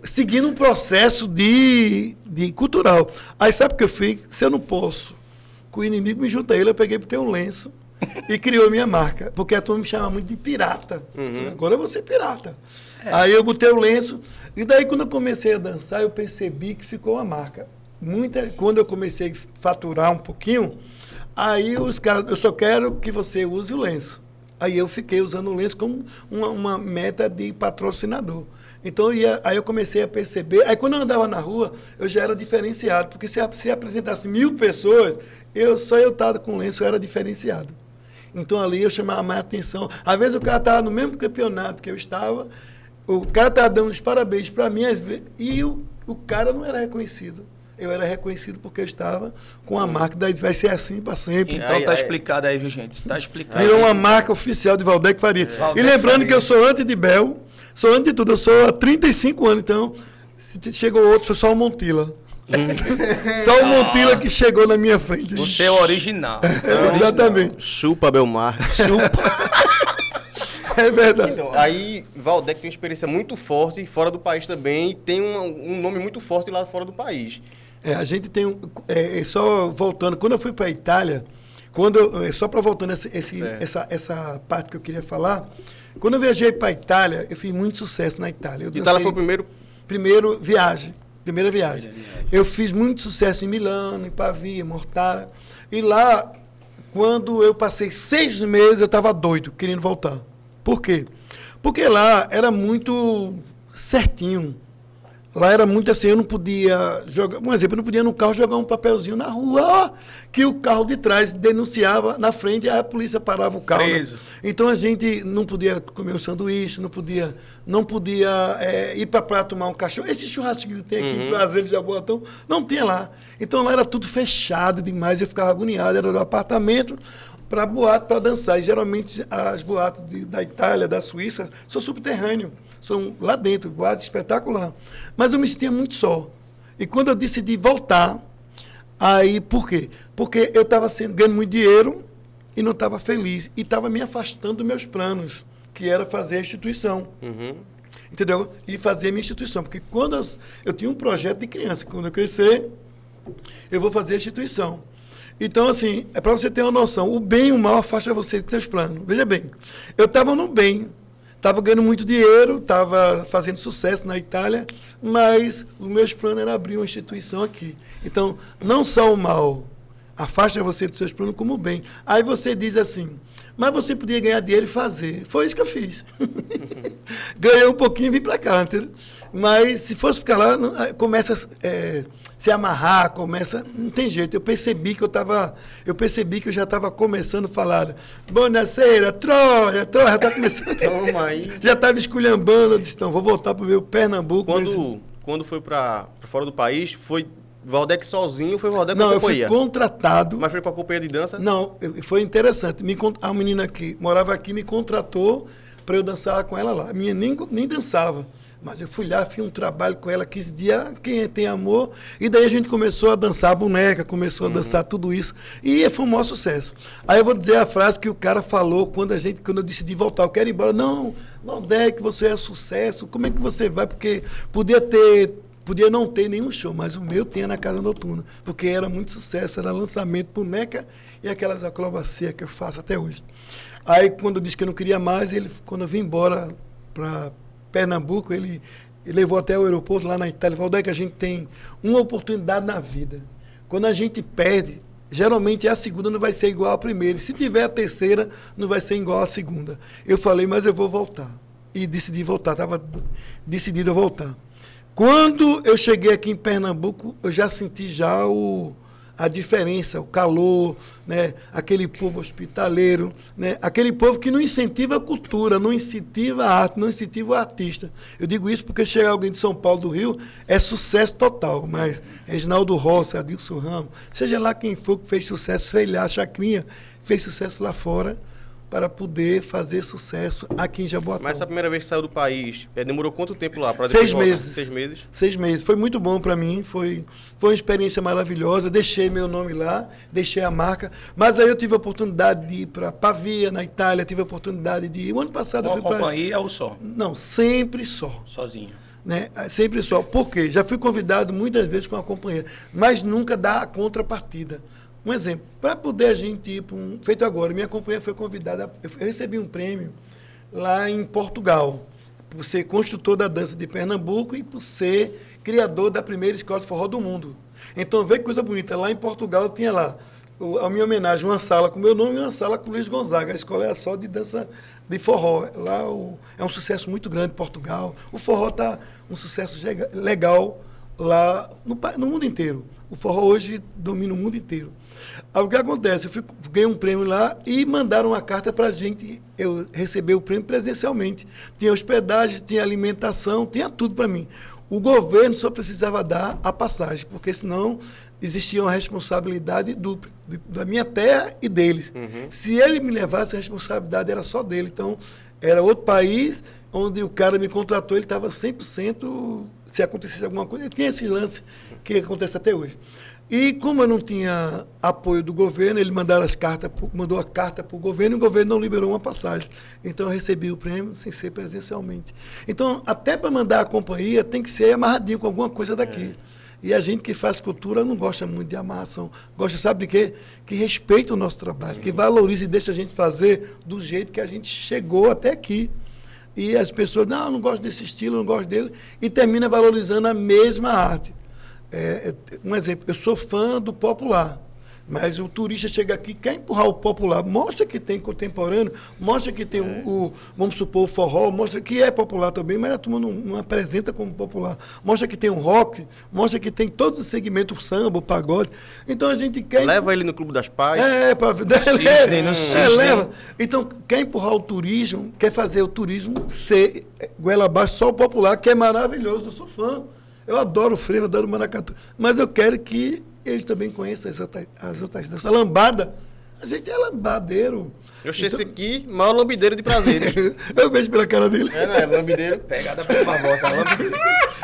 seguindo um processo de, de cultural. Aí sabe o que eu fiz? Se eu não posso, que o inimigo me junta a ele, eu peguei para ter um lenço e criou minha marca. Porque a turma me chama muito de pirata. Uhum. Agora eu vou ser pirata. É. Aí eu botei o lenço. E daí, quando eu comecei a dançar, eu percebi que ficou uma marca. Muita, quando eu comecei a faturar um pouquinho, aí os caras, eu só quero que você use o lenço. Aí eu fiquei usando o lenço como uma, uma meta de patrocinador. Então, eu ia, aí eu comecei a perceber. Aí, quando eu andava na rua, eu já era diferenciado. Porque se, se apresentasse mil pessoas, eu, só eu estava com lenço, eu era diferenciado. Então, ali eu chamava mais atenção. Às vezes, o cara estava no mesmo campeonato que eu estava, o cara estava dando os parabéns para mim, às vezes, e o, o cara não era reconhecido. Eu era reconhecido porque eu estava com a marca, daí vai ser assim para sempre. Então aí, tá aí, explicado aí, viu, gente? Tá explicado. Virou uma marca oficial de Valdec Faria. É. Valdec e lembrando Faria. Que eu sou antes de Bel, sou antes de tudo, eu sou há trinta e cinco anos, então se chegou outro, foi só o Montila. Só o Montila que chegou na minha frente. Você é o original. É, exatamente. Chupa, Belmar. Chupa. É verdade. Então, aí Valdec tem uma experiência muito forte fora do país também, e tem um, um nome muito forte lá fora do país. É, a gente tem um. É, só voltando, quando eu fui para a Itália, quando eu, é, só para voltando esse, esse, essa, essa parte que eu queria falar, quando eu viajei para a Itália, eu fiz muito sucesso na Itália. Eu dancei, Itália foi o primeiro? Primeiro viagem. Primeira viagem. Primeira viagem. Eu fiz muito sucesso em Milano, em Pavia, Mortara. E lá, quando eu passei seis meses, eu estava doido, querendo voltar. Por quê? Porque lá era muito certinho. Lá era muito assim, eu não podia jogar, um exemplo, eu não podia no carro jogar um papelzinho na rua, ó, que o carro de trás denunciava na frente, aí a polícia parava o carro. Né? Então a gente não podia comer um sanduíche, não podia, não podia é, ir para a praia tomar um cachorro. Esse churrasquinho que tem aqui uhum. em Prazeres de Jaboatão, não tinha lá. Então lá era tudo fechado demais, eu ficava agoniado, era do apartamento para boate, para dançar. E geralmente as boates de, da Itália, da Suíça, são subterrâneos. São lá dentro, boate espetacular. Mas eu me sentia muito só. E quando eu decidi voltar, aí, por quê? Porque eu estava ganhando muito dinheiro e não estava feliz. E estava me afastando dos meus planos, que era fazer a instituição. Uhum. Entendeu? E fazer a minha instituição. Porque quando eu, eu tinha um projeto de criança, quando eu crescer, eu vou fazer a instituição. Então, assim, é para você ter uma noção, o bem e o mal afasta você de seus planos. Veja bem, eu estava no bem, estava ganhando muito dinheiro, estava fazendo sucesso na Itália, mas os meus planos eram abrir uma instituição aqui. Então, não só o mal afasta você dos seus planos, como o bem. Aí você diz assim, mas você podia ganhar dinheiro e fazer. Foi isso que eu fiz. Ganhei um pouquinho e vim para cá, entendeu? Mas se fosse ficar lá, começa a é, se amarrar, começa. Não tem jeito. Eu percebi que eu estava. Eu percebi que eu já estava começando a falar. Bonaceira, Troia, Troia, já estava começando. Toma aí. Já estava esculhambando. Eu disse, então, vou voltar para o meu Pernambuco. Quando, mas... quando foi para fora do país, foi Valdec sozinho ou foi Valdec com a companhia? Não, eu fui contratado. Mas foi para a companhia de dança? Não, eu, foi interessante. Me, a menina que morava aqui me contratou para eu dançar com ela lá. A minha nem, nem dançava. Mas eu fui lá, fiz um trabalho com ela quinze dias, quem tem amor, e daí a gente começou a dançar a boneca, começou uhum. a dançar tudo isso, e foi um maior sucesso. Aí eu vou dizer a frase que o cara falou quando, a gente, quando eu decidi voltar, eu quero ir embora. Não, Valdec, você é sucesso, como é que você vai? Porque podia ter, podia não ter nenhum show, mas o meu tinha na Casa Noturna, porque era muito sucesso, era lançamento, boneca e aquelas acrobacias que eu faço até hoje. Aí quando eu disse que eu não queria mais, ele, quando eu vim embora para Pernambuco, ele, ele levou até o aeroporto lá na Itália. Falou, Valdec, a gente tem uma oportunidade na vida. Quando a gente perde, geralmente a segunda não vai ser igual à primeira. E se tiver a terceira, não vai ser igual à segunda. Eu falei, mas eu vou voltar. E decidi voltar, estava decidido a voltar. Quando eu cheguei aqui em Pernambuco, eu já senti já o... a diferença, o calor, né? Aquele povo hospitaleiro, né? Aquele povo que não incentiva a cultura, não incentiva a arte, não incentiva o artista. Eu digo isso porque chegar alguém de São Paulo, do Rio, é sucesso total, mas Reginaldo Rossi, Adilson Ramos, seja lá quem for que fez sucesso, sei lá, Chacrinha, fez sucesso lá fora, para poder fazer sucesso aqui em Jaboatão. Mas essa primeira vez que saiu do país, é, demorou quanto tempo lá? Pra Seis meses. Seis meses? Seis meses. Foi muito bom para mim, foi, foi uma experiência maravilhosa. Deixei meu nome lá, deixei a marca, mas aí eu tive a oportunidade de ir para Pavia, na Itália, tive a oportunidade de ir. O ano passado Uma eu fui para... companhia ou só? Não, sempre só. Sozinho. Né? Sempre só. Por quê? Já fui convidado muitas vezes com a companhia, mas nunca dá a contrapartida. Um exemplo, para poder a gente ir para um... Feito agora, minha companhia foi convidada, eu recebi um prêmio lá em Portugal, por ser construtor da dança de Pernambuco e por ser criador da primeira escola de forró do mundo. Então, vê que coisa bonita, lá em Portugal tinha lá, a minha homenagem, uma sala com meu nome e uma sala com Luiz Gonzaga. A escola era só de dança de forró. Lá o, é um sucesso muito grande em Portugal. O forró está um sucesso legal lá no, no mundo inteiro. O forró hoje domina o mundo inteiro. Aí, o que acontece? Eu fui, ganhei um prêmio lá e mandaram uma carta para a gente. Eu recebi o prêmio presencialmente. Tinha hospedagem, tinha alimentação, tinha tudo para mim. O governo só precisava dar a passagem, porque senão existia uma responsabilidade dupla, da minha terra e deles. Uhum. Se ele me levasse, a responsabilidade era só dele. Então, era outro país onde o cara me contratou, ele estava cem por cento, se acontecesse alguma coisa, tinha esse lance que acontece até hoje. E como eu não tinha apoio do governo, ele mandaram as cartas, mandou a carta para o governo e o governo não liberou uma passagem. Então eu recebi o prêmio sem ser presencialmente. Então, até para mandar a companhia, tem que ser amarradinho com alguma coisa daqui. É. E a gente que faz cultura não gosta muito de amarração. Gosta, sabe de quê? Que respeita o nosso trabalho, Sim. que valorize e deixa a gente fazer do jeito que a gente chegou até aqui. E as pessoas, não, eu não gosto desse estilo, eu não gosto dele, e termina valorizando a mesma arte. É, um exemplo, eu sou fã do popular, mas o turista chega aqui, quer empurrar o popular, mostra que tem contemporâneo, mostra que tem é. o, o, vamos supor, o forró, mostra que é popular também, mas a turma não, não apresenta como popular. Mostra que tem um rock, mostra que tem todos os segmentos, o samba, o pagode. Então a gente quer... Leva ele no Clube das Pais. É, para é, é, leva. Então, quer empurrar o turismo, quer fazer o turismo ser goela abaixo, só o popular, que é maravilhoso, eu sou fã. Eu adoro o frevo, adoro o maracatu, mas eu quero que eles também conheçam as outras, as outras danças. A lambada, a gente é lambadeiro. Eu achei então... esse aqui, maior lambideiro de prazeres. Eu vejo pela cara dele. É, não é? Lambideiro. Pegada pela Barbosa, lambideiro.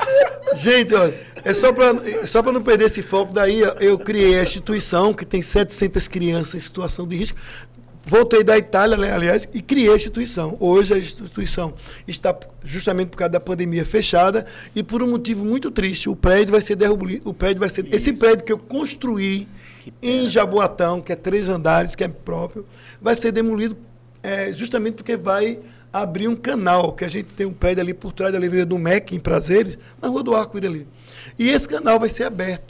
Gente, olha, é só para só para não perder esse foco, daí eu criei a instituição, que tem setecentas crianças em situação de risco. Voltei da Itália, aliás, e criei a instituição. Hoje a instituição está, justamente por causa da pandemia, fechada e por um motivo muito triste. O prédio vai ser derrubado. O prédio vai ser. Isso. Esse prédio que eu construí que em Jaboatão, que é três andares, que é próprio, vai ser demolido é, justamente porque vai abrir um canal, que a gente tem um prédio ali por trás da livraria do M E C, em Prazeres, na Rua do Arco-Íris ali. E esse canal vai ser aberto.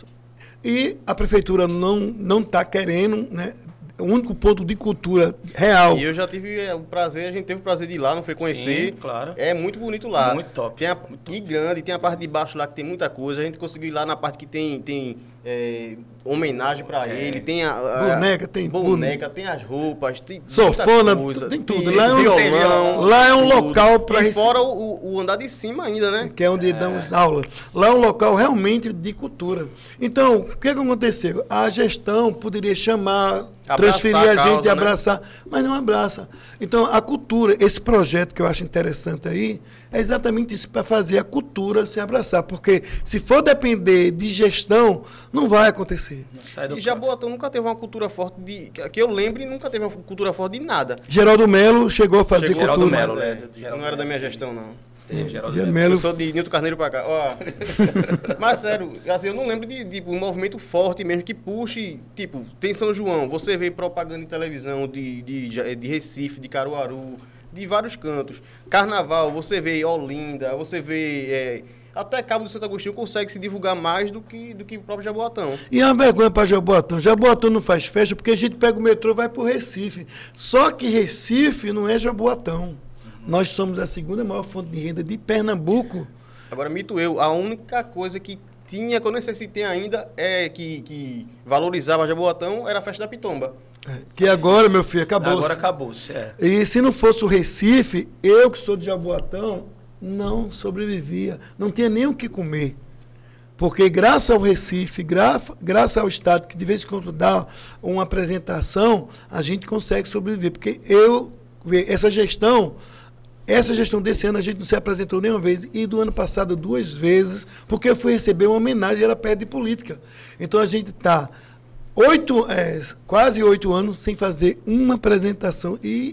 E a prefeitura não está querendo, né? O único ponto de cultura real. E eu já tive é, o prazer, a gente teve o prazer de ir lá, não foi conhecer. Sim, claro. É muito bonito lá. Muito top. Tem a, muito e grande, tem a parte de baixo lá que tem muita coisa. A gente conseguiu ir lá na parte que tem, tem é, homenagem para é. ele, tem a, a boneca, tem boneca, tem as roupas, tem sofona, coisa, tem tudo. Tem lá, é um, violão, lá é um tudo. local para E fora o, o andar de cima ainda, né? Que é onde é. damos aula. Lá é um local realmente de cultura. Então, o que, que aconteceu? A gestão poderia chamar, abraçar transferir a, a causa, gente, né? abraçar, mas não abraça. Então, a cultura, esse projeto que eu acho interessante aí, é exatamente isso, para fazer a cultura se abraçar. Porque se for depender de gestão, não vai acontecer. E Jaboatão nunca teve uma cultura forte de. Que eu lembre, nunca teve uma cultura forte de nada. Geraldo Melo chegou a fazer chegou cultura. Geraldo Melo, né? É, não era da minha gestão, não. Teve, Geraldo Melo. Eu sou de Nilton Carneiro pra cá. Ó. Mas sério, assim, eu não lembro de, de um movimento forte mesmo que puxe. Tipo, tem São João, você vê propaganda em televisão de, de, de Recife, de Caruaru, de vários cantos. Carnaval, você vê Olinda, você vê. É, até Cabo do Santo Agostinho consegue se divulgar mais do que, do que o próprio Jaboatão. E é uma vergonha para Jaboatão. Jaboatão não faz festa porque a gente pega o metrô e vai para o Recife. Só que Recife não é Jaboatão. Nós somos a segunda maior fonte de renda de Pernambuco. Agora, mito eu, a única coisa que tinha, que eu não sei se tem ainda, é que, que valorizava Jaboatão, era a festa da Pitomba. É, que agora, meu filho, acabou. Agora acabou-se, é. E se não fosse o Recife, eu que sou de Jaboatão, não sobrevivia. Não tinha nem o que comer. Porque graças ao Recife, gra graças ao Estado, que de vez em quando dá uma apresentação, a gente consegue sobreviver. Porque eu, essa gestão... Essa gestão desse ano a gente não se apresentou nenhuma vez e do ano passado duas vezes, porque eu fui receber uma homenagem, era perto de política. Então a gente está oito, é, quase oito anos sem fazer uma apresentação e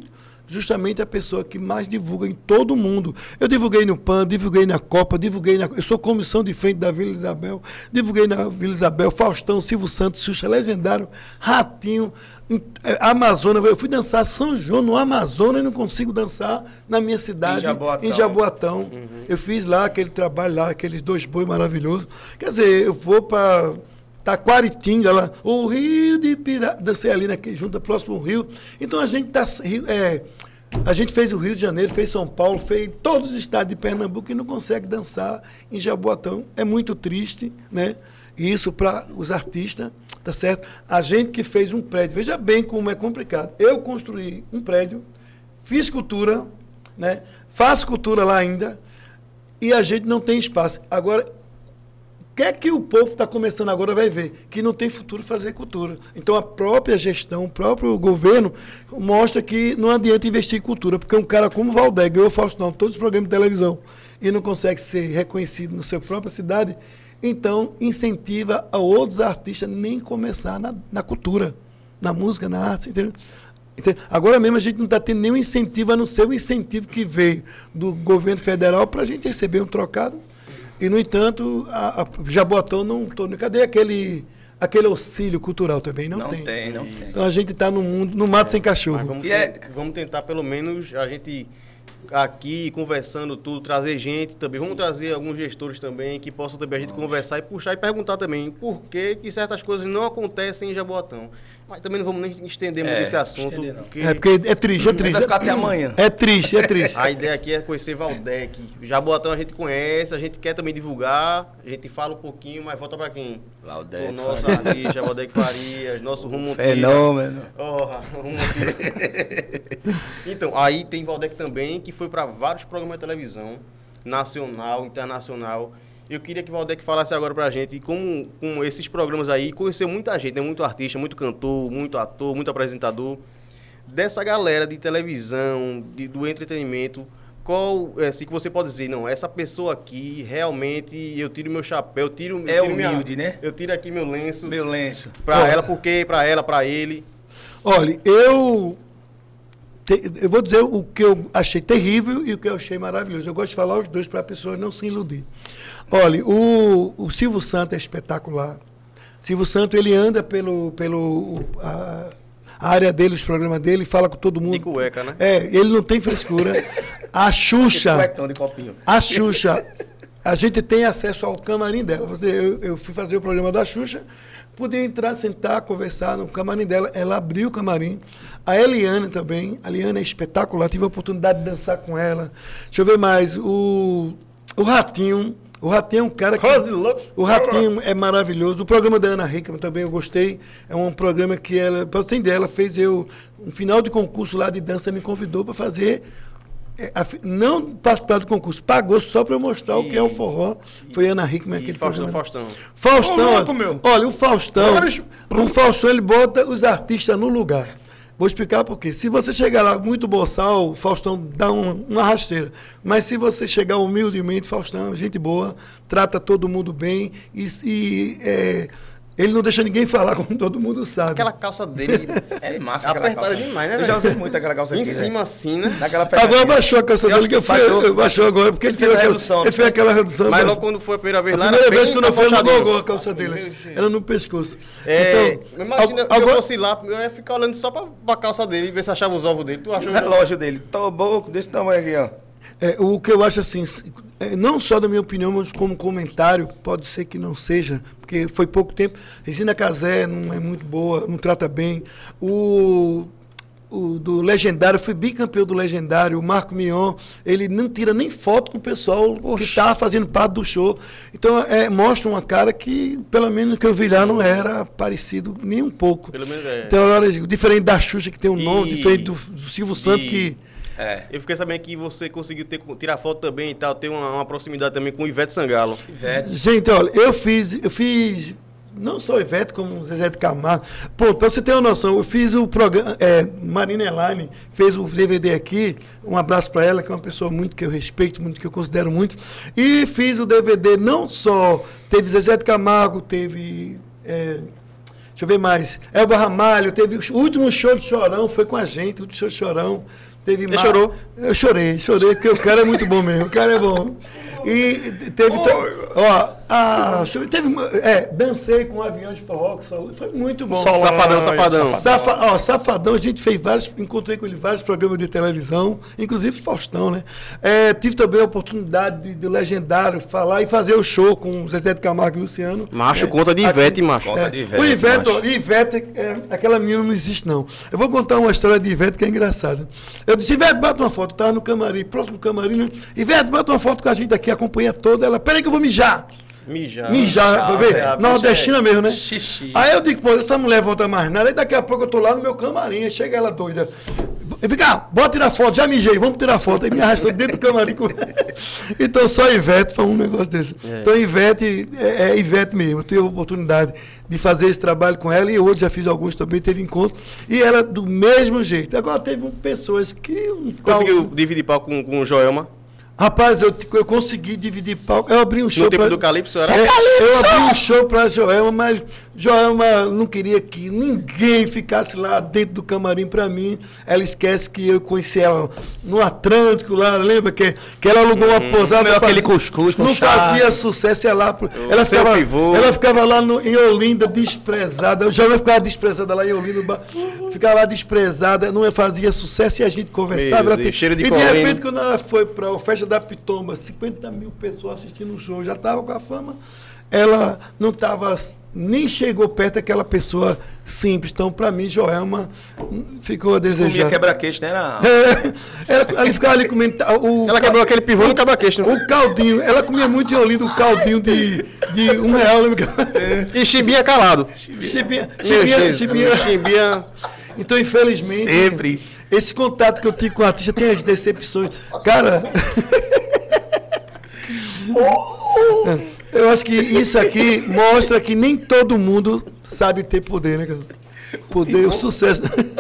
justamente a pessoa que mais divulga em todo o mundo. Eu divulguei no P A N, divulguei na Copa, divulguei na... Eu sou comissão de frente da Vila Isabel, divulguei na Vila Isabel, Faustão, Silvio Santos, Xuxa, Legendário, Ratinho, Amazonas. Eu fui dançar São João no Amazonas e não consigo dançar na minha cidade, em Jaboatão. Em Jaboatão. Uhum. Eu fiz lá aquele trabalho lá, aqueles dois bois maravilhosos. Quer dizer, eu vou para... Taquaritinga, lá, o Rio de Pirá, dancei ali naquele, junto, próximo ao Rio. Então a gente tá, é, a gente fez o Rio de Janeiro, fez São Paulo, fez todos os estados de Pernambuco e não consegue dançar em Jaboatão. É muito triste, né? Isso para os artistas, tá certo? A gente que fez um prédio, veja bem como é complicado. Eu construí um prédio, fiz cultura, né? Faço cultura lá ainda e a gente não tem espaço. Agora, o que é que o povo está começando agora vai ver? Que não tem futuro fazer cultura. Então, a própria gestão, o próprio governo mostra que não adianta investir em cultura, porque um cara como o Valdez ganhou o Faustão, todos os programas de televisão, e não consegue ser reconhecido na sua própria cidade, então incentiva a outros artistas nem começar na, na cultura, na música, na arte, entendeu? Entendeu? Agora mesmo a gente não está tendo nenhum incentivo, a não ser o incentivo que veio do governo federal para a gente receber um trocado. E, no entanto, a, a Jaboatão não tornou. Cadê aquele, aquele auxílio cultural também? Não, não tem. tem, não tem. Então a gente está no mundo, no mato é, sem cachorro. Vamos, e é... vamos tentar, pelo menos, a gente aqui conversando tudo, trazer gente também. Vamos Sim. trazer alguns gestores também que possam também a gente Nossa. conversar e puxar e perguntar também por que, que certas coisas não acontecem em Jaboatão. Mas também não vamos nem estender muito é, esse assunto. Porque... É porque é triste, é triste. Vai ficar até amanhã. É triste, é triste. A ideia aqui é conhecer Valdez. Jaboatão a gente conhece, a gente quer também divulgar, a gente fala um pouquinho, mas volta pra quem? Valdez. O nosso artista, Valdez Farias, nosso Rumo Fenômeno. Oh, Rumo Então, aí tem Valdez também, que foi para vários programas de televisão, nacional, internacional. Eu queria que o Valdez falasse agora pra gente como com esses programas aí, conheceu muita gente, né? Muito artista, muito cantor, muito ator, muito apresentador. Dessa galera de televisão, de, do entretenimento, qual, é, assim, que você pode dizer, não, essa pessoa aqui, realmente, eu tiro meu chapéu, eu tiro... É eu tiro humilde, minha, né? Eu tiro aqui meu lenço. Meu lenço. Pra Olha, ela, por quê? Pra ela, pra ele. Olha, eu... Eu vou dizer o que eu achei terrível e o que eu achei maravilhoso. Eu gosto de falar os dois para a pessoa não se iludir. Olha, o, o Silvio Santos é espetacular. Silvio Santos, ele anda pelo, pelo a, a área dele, os programas dele, fala com todo mundo. De cueca, né? É, ele não tem frescura. A Xuxa, de copinho. a Xuxa, a gente tem acesso ao camarim dela. Você, eu, eu fui fazer o programa da Xuxa, podia entrar, sentar, conversar no camarim dela. Ela abriu o camarim. A Eliane também. A Eliane é espetacular. Tive a oportunidade de dançar com ela. Deixa eu ver mais. O, o Ratinho. O Ratinho é um cara que... O Ratinho é maravilhoso. O programa da Ana Hickman também eu gostei. É um programa que ela... Para você entender, ela fez eu... Um final de concurso lá de dança, me convidou para fazer... Não participar do concurso, pagou só para eu mostrar e, o que é o forró. Foi Ana Hickman, aquele Faustão, Faustão. Faustão, oh, louco, meu. Olha, o Faustão, o Faustão, ele bota os artistas no lugar. Vou explicar por quê. Se você chegar lá muito boçal, o Faustão dá um, uma rasteira. Mas se você chegar humildemente, Faustão, gente boa, trata todo mundo bem e... e é, ele não deixa ninguém falar, como todo mundo sabe. Aquela calça dele é massa, apertada demais, né? Eu já usei muito aquela calça aqui. Em cima, né? Assim, né? Agora baixou a calça dele, que baixou, baixou agora, porque ele, ele, fez, aquela, redução, ele fez aquela redução. Mas logo quando foi a primeira vez a lá, primeira vez que eu não fui, ela gogou a calça dele. Era no pescoço. É, então, imagina, se agora, eu fosse lá, eu ia ficar olhando só pra, pra calça dele e ver se achava os ovos dele. Tu achou o relógio dele, toboco desse tamanho aqui, ó. É, o que eu acho assim, é, não só da minha opinião, mas como comentário, pode ser que não seja, porque foi pouco tempo. Regina Casé não é muito boa, não trata bem. O, o do Legendário, foi bicampeão do Legendário, o Marco Mion, ele não tira nem foto com o pessoal Oxi. que está fazendo parte do show. Então, é, mostra uma cara que, pelo menos que eu vi lá, não era parecido nem um pouco. Pelo menos é. Então, agora, diferente da Xuxa, que tem um nome, e... diferente do, do Silvio Santos, e... que... É. Eu fiquei sabendo que você conseguiu ter, tirar foto também e tal, ter uma, uma proximidade também com o Ivete Sangalo. Ivete. Gente, olha, eu fiz, eu fiz não só o Ivete, como o Zezé de Camargo. Pô, pra você ter uma noção, eu fiz o programa, é, Marina Elaine fez o D V D aqui, um abraço para ela, que é uma pessoa muito que eu respeito, muito que eu considero muito, e fiz o D V D não só, teve Zezé de Camargo, teve... É, deixa eu ver mais. Elba Ramalho, teve o último show do Chorão, foi com a gente, o último show do Chorão. Teve Você chorou? Eu chorei, chorei, porque o cara é muito bom mesmo, o cara é bom. E teve. To... Ó, ah, teve. É, dancei com um avião de forró, foi muito bom. Solão, safadão, safadão. Safa, ó, safadão, a gente fez vários, encontrei com ele vários programas de televisão, inclusive Faustão, né? É, tive também a oportunidade de, de Legendário falar e fazer o show com o Zezé de Camargo e Luciano. Macho, é, conta de Ivete, macho. Conta É, de Ivete, o Ivete, macho. ó, Ivete é, aquela menina não existe, não. Eu vou contar uma história de Ivete que é engraçada. Eu disse, Ivete, bate uma foto. Eu estava no camarim, próximo camarim. Né? Ivete, bate uma foto com a gente aqui, acompanha toda. Ela, peraí que eu vou mijar. Mijar. Mijar, foi ver? é, Nordestina mesmo, né? Xixi. Aí eu digo, pô, essa mulher volta mais nada. Aí daqui a pouco eu tô lá no meu camarim, aí chega ela doida. Vem cá, bora tirar foto, já mijei, vamos tirar foto. Aí me arrastou dentro do camarim. Com... Então só Ivete foi um negócio desse. É. Então Ivete é, é Ivete mesmo. Eu tive a oportunidade de fazer esse trabalho com ela e hoje já fiz alguns também, teve encontro. E ela do mesmo jeito. Agora teve pessoas que... Um Conseguiu tal... dividir palco com, com o Joelma? Rapaz, eu, eu consegui dividir palco. Eu abri um show. No tempo pra... do Calypso, era? É, eu abri um show pra Joelma, mas Joelma não queria que ninguém ficasse lá dentro do camarim pra mim. Ela esquece que eu conheci ela no Atlântico lá, lembra? Que, que ela alugou uma pousada. Comeu aquele fazia- cuscuz com Não chá. fazia sucesso, ia lá. pro- Ela seu ficava, pivô. ela ficava lá no, em Olinda, desprezada. Joelma ficava desprezada lá em Olinda. ba- Ficava lá desprezada, não fazia sucesso e a gente conversava. Meu ela Deus, te- cheiro de e de colina. repente, quando ela foi para a festa da Pitomba, cinquenta mil pessoas assistindo o show, já estava com a fama, ela não estava, nem chegou perto daquela pessoa simples. Então, para mim, Joelma hum, ficou a Comia desejar. quebra-queixo, né? Era... É, ela, ela ficava ali comendo. O, Ela quebrou aquele pivô no quebra-queixo. não foi? o caldinho, ela comia muito em Olinda o caldinho de, de um real. Lembra? E Chibinha calado. Chibinha, Meu chibinha, Jesus, chibinha. Chibinha... Então, infelizmente, Sempre. esse contato que eu tive com o artista tem as decepções. Cara, eu acho que isso aqui mostra que nem todo mundo sabe ter poder, né, cara? Poder, o sucesso.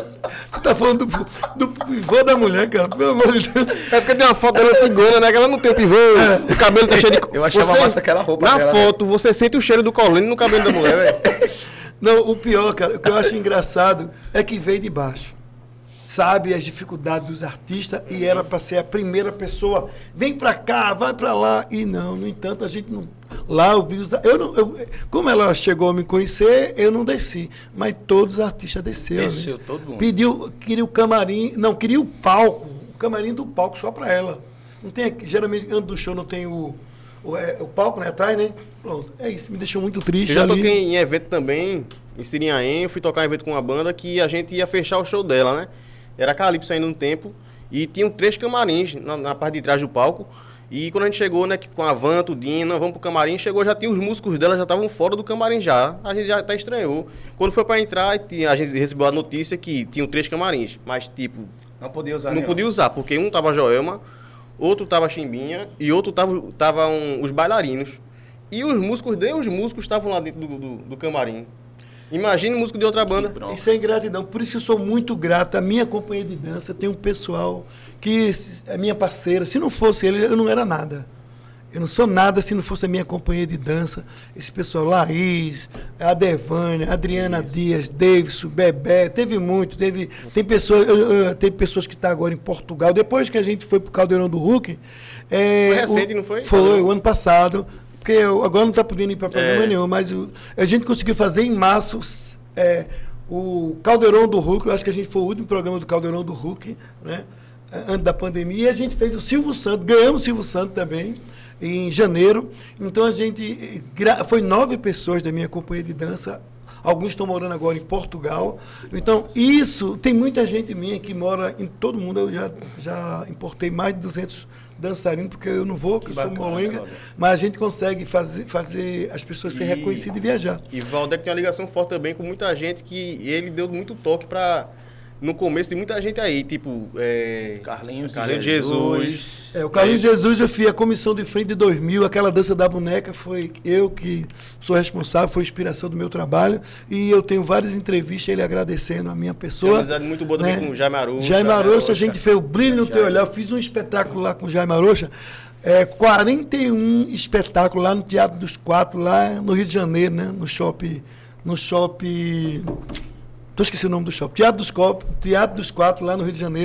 Tu tá falando do, do pivô da mulher, cara, pelo amor de Deus. É porque tem uma foto dela antigona, né? Que ela não tem o pivô, o cabelo tá cheio de... Eu achava massa aquela roupa Na dela, foto, você sente o cheiro do colônia no cabelo da mulher, velho. Não, o pior, cara, o que eu acho engraçado é que veio de baixo. Sabe as dificuldades dos artistas e era para ser a primeira pessoa. Vem para cá, vai para lá. E não, no entanto, a gente não. Lá eu vi os. Eu não, eu, como ela chegou a me conhecer, eu não desci. Mas todos os artistas desceram. Desceu, né? todo mundo. Pediu, queria o camarim. Não, queria o palco. O camarim do palco só para ela. Não tem aqui, geralmente, antes do show não tem o. O, é, o palco, né? Atrás, né? Pronto. É isso, me deixou muito triste. Eu já ali. toquei em evento também, em Sirinhaém, eu fui tocar em evento com uma banda que a gente ia fechar o show dela, né? Era Calypso ainda um tempo, e tinham três camarins na, na parte de trás do palco, e quando a gente chegou, né, com a van, tudinho, nós vamos pro camarim, chegou, já tinha os músicos dela, já estavam fora do camarim já, a gente já até estranhou. Quando foi pra entrar, tinha- a gente recebeu a notícia que tinham três camarins, mas tipo, Não podia usar não nenhum. podia usar, porque um tava Joelma, outro tava Chimbinha e outro tava, tava um, os bailarinos. E os músicos, nem os músicos estavam lá dentro do, do, do camarim. Imagine músico de outra banda. bronca. Isso é ingratidão. Por isso que eu sou muito grato. A minha companhia de dança tem um pessoal que é minha parceira. Se não fosse ele, eu não era nada. Eu não sou nada se não fosse a minha companhia de dança. Esse pessoal, Laís, a Devânia, Adriana Dias, Davidson, Bebé, teve muito. Teve, tem, pessoas, eu, eu, tem pessoas que estão agora em Portugal. Depois que a gente foi para o Caldeirão do Hulk. É, Foi recente, o, não foi? Foi, o ano passado. Porque eu, agora não está podendo ir para programa É. nenhum, mas o, a gente conseguiu fazer em março é, o Caldeirão do Hulk. Eu acho que a gente foi o último programa do Caldeirão do Hulk, né? Antes da pandemia. E a gente fez o Silvio Santos, ganhamos o Silvio Santos também, em janeiro. Então a gente. gra- Foi nove pessoas da minha companhia de dança. Alguns estão morando agora em Portugal. Então, isso, tem muita gente minha que mora em todo mundo. Eu já, já importei mais de duzentos dançarinos, porque eu não vou, porque eu sou bacana, molenga, Cláudio. mas a gente consegue fazer, fazer as pessoas serem E- reconhecidas e viajar. E Valdec tem uma ligação forte também com muita gente que ele deu muito toque pra. No começo tem muita gente aí, tipo. É, Carlinhos, Carlinhos Jesus. Jesus. É, o Carlinhos Jesus, eu fiz a comissão de frente de dois mil, aquela dança da boneca, foi eu que sou responsável, foi inspiração do meu trabalho, e eu tenho várias entrevistas, ele agradecendo a minha Tem pessoa. uma amizade muito boa também com o Jaime Arocha. Jaime Arocha, a gente fez o Brilho no Teu Jaime. Olhar, eu fiz um espetáculo lá com o Jaime Arocha, é, quarenta e um espetáculos lá no Teatro dos Quatro, lá no Rio de Janeiro, né, no shopping, no shopping... Tô esqueci o nome do shopping. Teatro dos, Cop, Teatro dos Quatro, lá no Rio de Janeiro.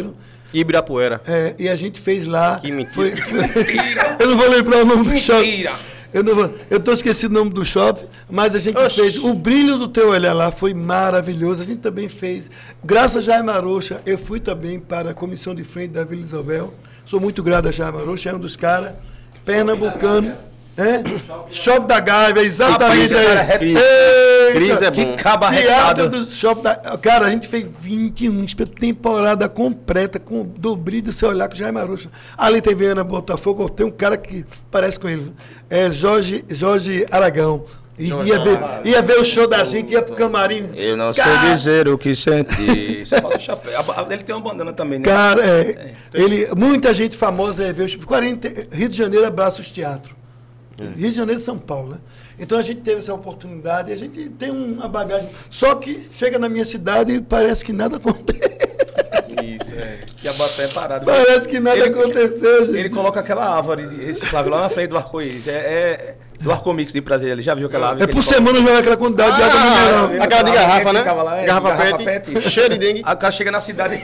Ibirapuera. É, e a gente fez lá. Que mentira. Foi, foi, eu não vou lembrar o nome do shopping. Mentira! Eu não vou, eu tô esquecendo o nome do shopping, mas a gente Oxi. fez. O brilho do teu olhar lá foi maravilhoso. A gente também fez. Graças a Jaime Arocha, eu fui também para a comissão de frente da Vila Isabel. Sou muito grato a Jaime Arocha, é um dos caras. Pernambucano. É? Shopping da Gávea, exatamente. Rapaz, esse cara é aí. Cris. Cris é Que bom. caba Teatro arretado. do Shopping da... Cara, a gente fez vinte e um temporada completa com do brilho do seu olhar com o Jaime Arocha. Ali teve Ana Botafogo, tem um cara que parece com ele. É Jorge, Jorge Aragão. E Jorge ia, ver, Aragão. ia ver o show da gente, ia pro camarim. Eu não Cara, sei dizer o que senti. Só bota o chapéu. A- a- Ele tem uma bandana também, né? Cara, é, ele, muita gente famosa ia ver os quarenta, Rio de Janeiro abraça os teatros. Rio de Janeiro e São Paulo, né? Então a gente teve essa oportunidade e a gente tem uma bagagem. Só que chega na minha cidade e parece que nada acontece. Isso, é. Jaboatão é parado. Parece que nada Ele- aconteceu, gente. Ele coloca aquela árvore de reciclável lá na frente do arco-íris. É, é do Arcomix de prazer. Ele já viu aquela árvore? É que por ele coloca? semana jogar aquela quantidade de água mineral. Ah, aquela de garrafa, né? Ficava lá, é, Garrafa garrafa pet, pet. cheia de dengue. Aí o cara chega na cidade.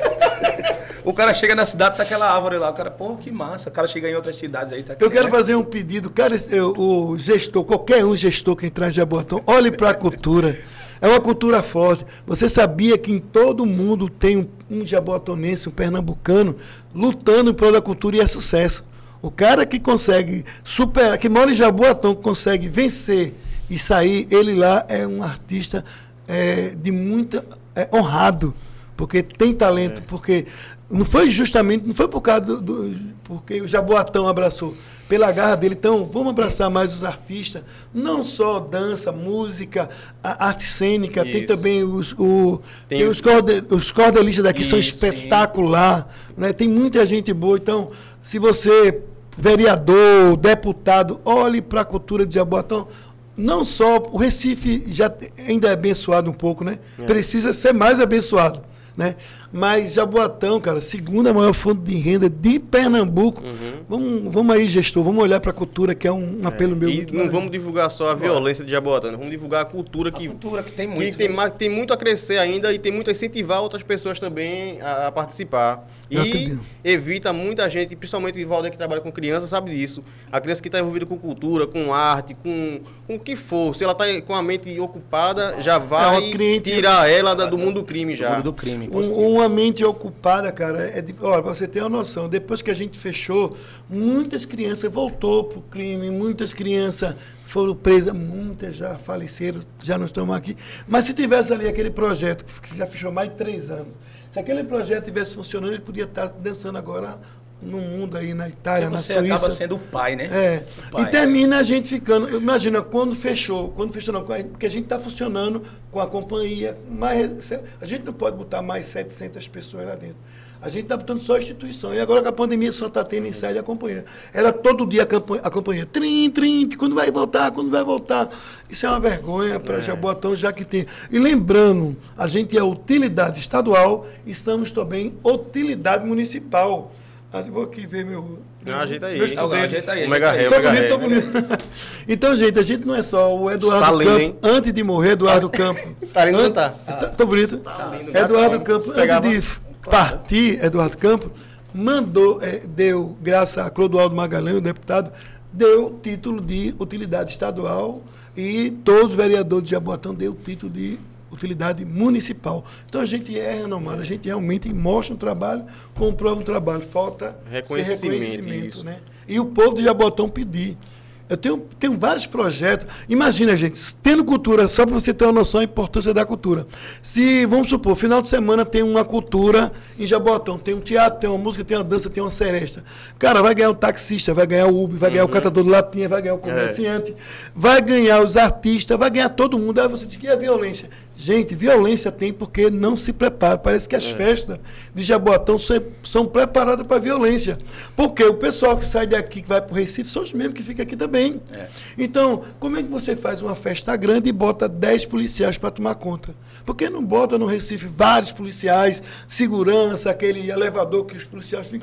O cara chega na cidade, tá aquela árvore lá. O cara, pô, que massa. O cara chega em outras cidades aí, tá Eu quero fazer um pedido. Cara, esse- eu- o gestor, qualquer um gestor que entrar em Jaboatão, olhe para a cultura. É uma cultura forte. Você sabia que em todo mundo tem um, um jaboatonense, um pernambucano, lutando em prol da cultura e é sucesso. O cara que consegue superar, que mora em Jaboatão, que consegue vencer e sair, ele lá é um artista é, de muita... É, honrado, porque tem talento, porque não foi justamente, não foi por causa do, do- porque o Jaboatão abraçou, pela garra dele. Então, vamos abraçar mais os artistas, não só dança, música, a arte cênica, tem Isso. também os, o, Tem- tem os, corde, os cordelistas daqui são Isso, espetacular, né? Tem muita gente boa. Então, se você, vereador, deputado, olhe para a cultura de Jaboatão. Não só, o Recife já te- ainda é abençoado um pouco, né? Precisa ser mais abençoado, né? Mas Jaboatão, cara, segunda maior fonte de renda de Pernambuco. Vamos, vamos aí, gestor, vamos olhar para a cultura, que é um, um apelo meu. E muito não maravilhoso. vamos divulgar só a violência de Jaboatão, nós vamos divulgar a cultura que, A cultura que tem que muito. tem, né? mais- tem muito a crescer ainda e tem muito a incentivar outras pessoas também a, a participar. Eu E acredito. evita muita gente, principalmente o Valdir que trabalha com criança, sabe disso. A criança que está envolvida com cultura, com arte, com, com o que for. Se ela está com a mente ocupada, já vai uma cliente- tirar ela da- do mundo do crime já. Mundo do crime, positivo. Um, uma mente ocupada, cara, é de, olha, pra você ter uma noção, depois que a gente fechou, muitas crianças voltou pro crime, muitas crianças foram presas, muitas já faleceram, já não estão aqui. Mas se tivesse ali aquele projeto, que já fechou mais de três anos, se aquele projeto estivesse funcionando, ele podia estar dançando agora no mundo aí, na Itália, Porque na você Suíça. acaba sendo o pai, né? É. O pai. E termina a gente ficando. Imagina, quando fechou, quando fechou, não, porque a gente está funcionando com a companhia. Mais, a gente não pode botar mais setecentas pessoas lá dentro. A gente está botando só instituição. E agora que a pandemia só está tendo ensaio de acompanhar. Era todo dia a campanha. A companhia. Trim, trim, quando vai voltar, quando vai voltar. Isso é uma vergonha para Jaboatão, já que tem. E lembrando, a gente é utilidade estadual e somos também utilidade municipal. Mas eu vou aqui ver meu. Não, ajeita aí. meu Tá, estudante. ajeita aí, O Mega ajeita aí. Ré, o Tô Mega bonito, Ré. tô bonito. Então, gente, a gente não é só o Eduardo Tá lindo, Campos. hein? Antes de morrer, Eduardo Campos. Tá lindo, não An- tá? Tá- Tô bonito. lindo, Eduardo tá Campos, Pegava. antes de partir, Eduardo Campos, mandou, eh, deu, graças a Clodoaldo Magalhães, o deputado, deu o título de utilidade estadual e todos os vereadores de Jaboatão deu o título de utilidade municipal. Então a gente é renomado, a gente realmente mostra um trabalho, comprova um trabalho, falta Reconhecimento, ser reconhecimento, isso. né? E o povo de Jaboatão pedir. Eu tenho, tenho vários projetos. Imagina, gente, tendo cultura, só para você ter uma noção da importância da cultura. Se, vamos supor, final de semana tem uma cultura em Jaboatão, tem um teatro, tem uma música, tem uma dança, tem uma seresta. Cara, vai ganhar o taxista, vai ganhar o Uber, vai ganhar o catador de latinha, vai ganhar o comerciante, vai ganhar os artistas, vai ganhar todo mundo. Aí você diz que é violência. Gente, violência tem porque não se prepara. Parece que as festas de Jaboatão são, são preparadas para violência. Porque o pessoal que sai daqui, que vai para o Recife, são os mesmos que ficam aqui também. É. Então, como é que você faz uma festa grande e bota dez policiais para tomar conta? Por que não bota no Recife vários policiais, segurança, aquele elevador que os policiais ficam...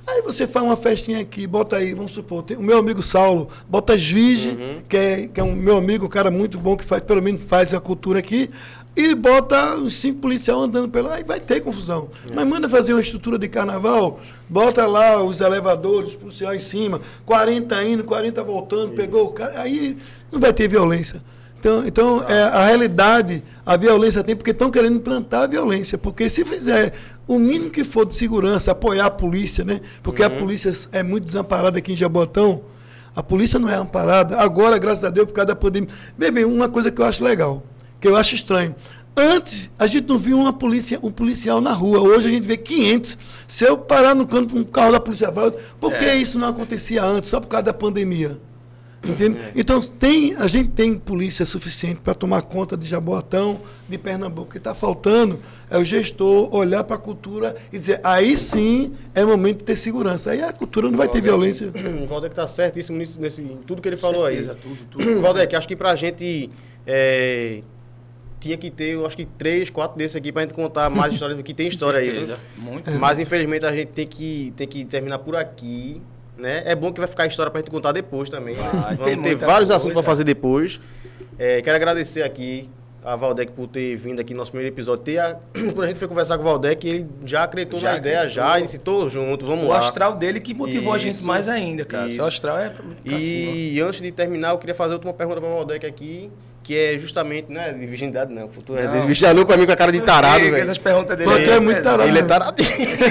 Aí você faz uma festinha aqui, bota aí, vamos supor, tem o meu amigo Saulo, bota Juiz, uhum. que, é, que é um meu amigo, um cara muito bom, que faz, pelo menos faz a cultura aqui, e bota uns cinco policiais andando pelo... Aí vai ter confusão. É. Mas manda fazer uma estrutura de carnaval, bota lá os elevadores, os policiais em cima, quarenta indo, quarenta voltando, Isso. pegou o cara, aí não vai ter violência. Então, então é, a realidade, a violência tem porque estão querendo implantar a violência. Porque se fizer o mínimo que for de segurança, apoiar a polícia, né? Porque uhum. a polícia é muito desamparada aqui em Jaboatão. A polícia não é amparada. Agora, graças a Deus, por causa da pandemia. Bem, uma coisa que eu acho legal, que eu acho estranho. Antes, a gente não viu uma polícia, um policial na rua. Hoje a gente vê quinhentos. Se eu parar no canto, um carro da polícia vai... Por que é. isso não acontecia antes? Só por causa da pandemia. Entende? É. Então, tem, a gente tem polícia suficiente para tomar conta de Jaboatão, de Pernambuco. O que está faltando é o gestor olhar para a cultura e dizer, aí sim é momento de ter segurança. Aí a cultura não vai ter violência. O Valdec está certíssimo nisso, nesse, em tudo que ele falou certeza, aí. Tudo, tudo. Valdec, acho que para a gente... É, tinha que ter, eu acho que três, quatro desses aqui para a gente contar mais histórias, porque tem história aí. Né? Muito. Mas, infelizmente, a gente tem que, tem que terminar por aqui. Né? É bom que vai ficar a história para a gente contar depois também. Ah, né? Vamos ter vários assuntos para fazer depois. É, quero agradecer aqui a Valdec por ter vindo aqui no nosso primeiro episódio. Ter a, quando a gente foi conversar com o Valdec, ele já acreditou já na acreditou. ideia, já, e disse, tô junto, vamos o lá. O astral dele que motivou isso, a gente mais ainda, cara. Isso. Seu astral é... E antes de terminar, eu queria fazer outra pergunta para o Valdec aqui, que é justamente, não é de virgindade não, tu não. é de virgindade para mim com a cara de tarado, velho. Essas perguntas dele aí, é muito tarado. Ele é taradinho.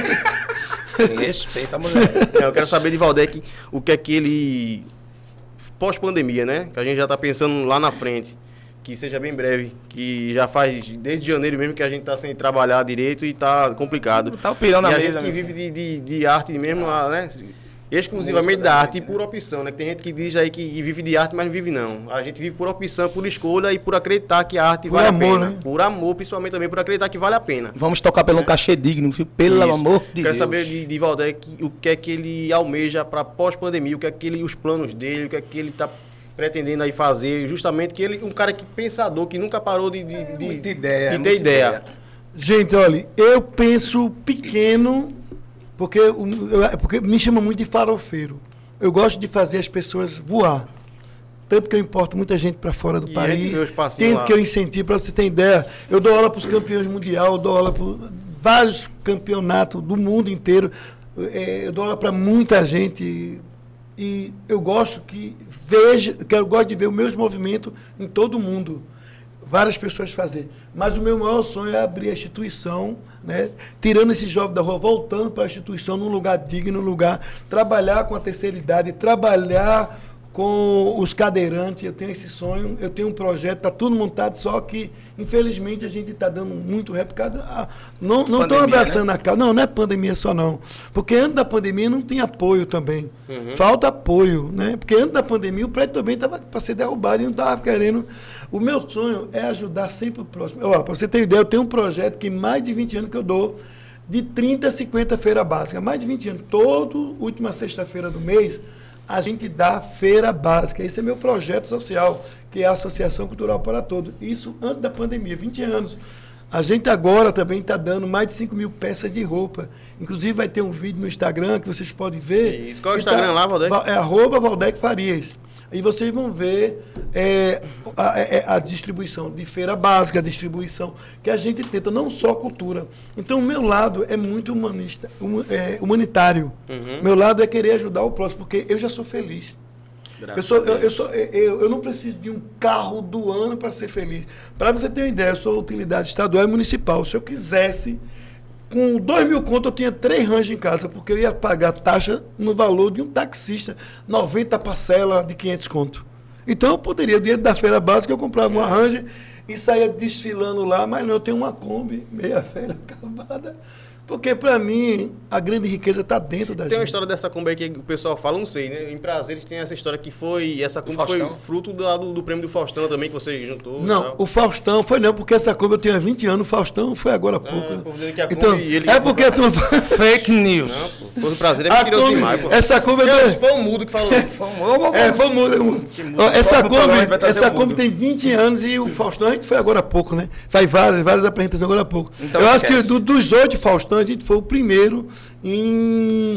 Respeita a mulher. É, eu quero saber de Valdec o que é que ele, pós-pandemia, né? Que a gente já está pensando lá na frente, que seja bem breve, que já faz desde janeiro mesmo que a gente está sem trabalhar direito e está complicado. Tá o pirão na e mesa. a gente que vive de, de, de arte mesmo, ah, né? Exclusivamente da arte e por opção, né? Tem gente que diz aí que vive de arte, mas não vive não. A gente vive por opção, por escolha e por acreditar que a arte por vale amor, a pena. Né? Por amor, principalmente também por acreditar que vale a pena. Vamos tocar pelo é. um cachê digno, viu? Pelo Isso. amor de Quero Deus. saber de, de Valdec o que é que ele almeja para pós-pandemia, o que é que ele, os planos dele, o que é que ele está pretendendo aí fazer, justamente que ele um cara que pensador, que nunca parou de, de, é, de, muita ideia, de é ter ideia. ideia. Gente, olha, eu penso pequeno, porque, eu, porque me chama muito de farofeiro. Eu gosto de fazer as pessoas voar. Tanto que eu importo muita gente para fora do e país. Tanto que eu incentivo, para você ter ideia. Eu dou aula para os campeões mundiais, eu dou aula para vários campeonatos do mundo inteiro. Eu dou aula para muita gente. E eu gosto que veja, eu gosto de ver os meus movimentos em todo o mundo. Várias pessoas fazer. Mas o meu maior sonho é abrir a instituição, né? Tirando esse jovem da rua, voltando para a instituição num lugar digno, num lugar, trabalhar com a terceira idade, trabalhar com os cadeirantes. Eu tenho esse sonho, eu tenho um projeto, está tudo montado, só que, infelizmente, a gente está dando muito ré por causa... Ah, não não estou abraçando, né? A causa. Não, não é pandemia só, não. Porque antes da pandemia não tem apoio também. Uhum. Falta apoio, né? Porque antes da pandemia o prédio também estava para ser derrubado e não estava querendo... O meu sonho é ajudar sempre o próximo. Para você ter ideia, eu tenho um projeto que mais de vinte anos que eu dou, de trinta a cinquenta feira básica. Mais de vinte anos. Toda última sexta-feira do mês, a gente dá feira básica. Esse é meu projeto social, que é a Associação Cultural para Todos. Isso antes da pandemia, vinte anos. A gente agora também está dando mais de cinco mil peças de roupa. Inclusive vai ter um vídeo no Instagram que vocês podem ver. Isso. Qual é o Instagram tá, lá, Valdec? É arroba Valdec Farias. E vocês vão ver é, a, a, a distribuição de feira básica, a distribuição que a gente tenta, não só cultura. Então, o meu lado é muito humanista, hum, é, humanitário. Uhum. Meu lado é querer ajudar o próximo, porque eu já sou feliz. Eu, sou, eu, eu, sou, eu, eu não preciso de um carro do ano para ser feliz. Para você ter uma ideia, eu sou utilidade estadual e municipal. Se eu quisesse... Com dois mil contos, eu tinha três ranchos em casa, porque eu ia pagar taxa no valor de um taxista, noventa parcelas de quinhentos contos. Então, eu poderia, o dinheiro da feira básica, eu comprava uma rancha e saía desfilando lá, mas não, eu tenho uma Kombi, meia velha, acabada. Porque, para mim, a grande riqueza está dentro da gente. Tem uma história dessa Kombi aí que o pessoal fala, não sei, né? Em Prazeres tem essa história que foi... Essa Kombi foi fruto do, do, do prêmio do Faustão também, que você juntou. Não, o Faustão foi não, porque essa Kombi eu tinha vinte anos, o Faustão foi agora há pouco. Ah, né? que a Kombi, então, ele é porque... Tu... Fake news. Não, pô. O Prazer é mentiroso demais, pô. Essa Kombi... Eu, foi o Mudo que falou isso. É, foi o Mudo. Essa Kombi, essa Kombi tem vinte anos e o Faustão, a gente foi agora há pouco, né? Faz várias, várias apresentações agora há pouco. Então, eu esquece. Acho que do, dos oito Faustão, a gente foi o primeiro em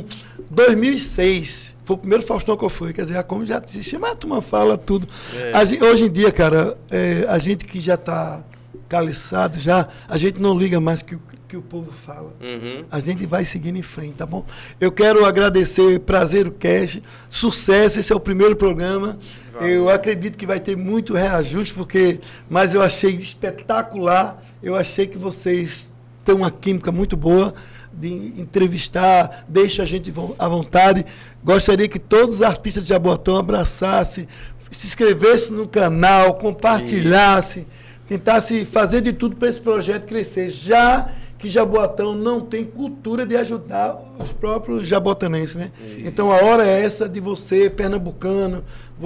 dois mil e seis, foi o primeiro Faustão que eu fui. Quer dizer, como já existe, mas a turma fala tudo. É. A gente, hoje em dia, cara, é, a gente que já está caliçado, já, a gente não liga mais que o que o povo fala. Uhum. A gente vai seguindo em frente, tá bom? Eu quero agradecer, prazer o Cash, sucesso, esse é o primeiro programa. Valeu. Eu acredito que vai ter muito reajuste, porque, mas eu achei espetacular, eu achei que vocês têm uma química muito boa de entrevistar, deixa a gente à vontade. Gostaria que todos os artistas de Jaboatão abraçassem, se inscrevessem no canal, compartilhassem, tentassem fazer de tudo para esse projeto crescer, já que Jaboatão não tem cultura de ajudar os próprios jabotanenses, né? Isso. Então a hora é essa de você, pernambucano,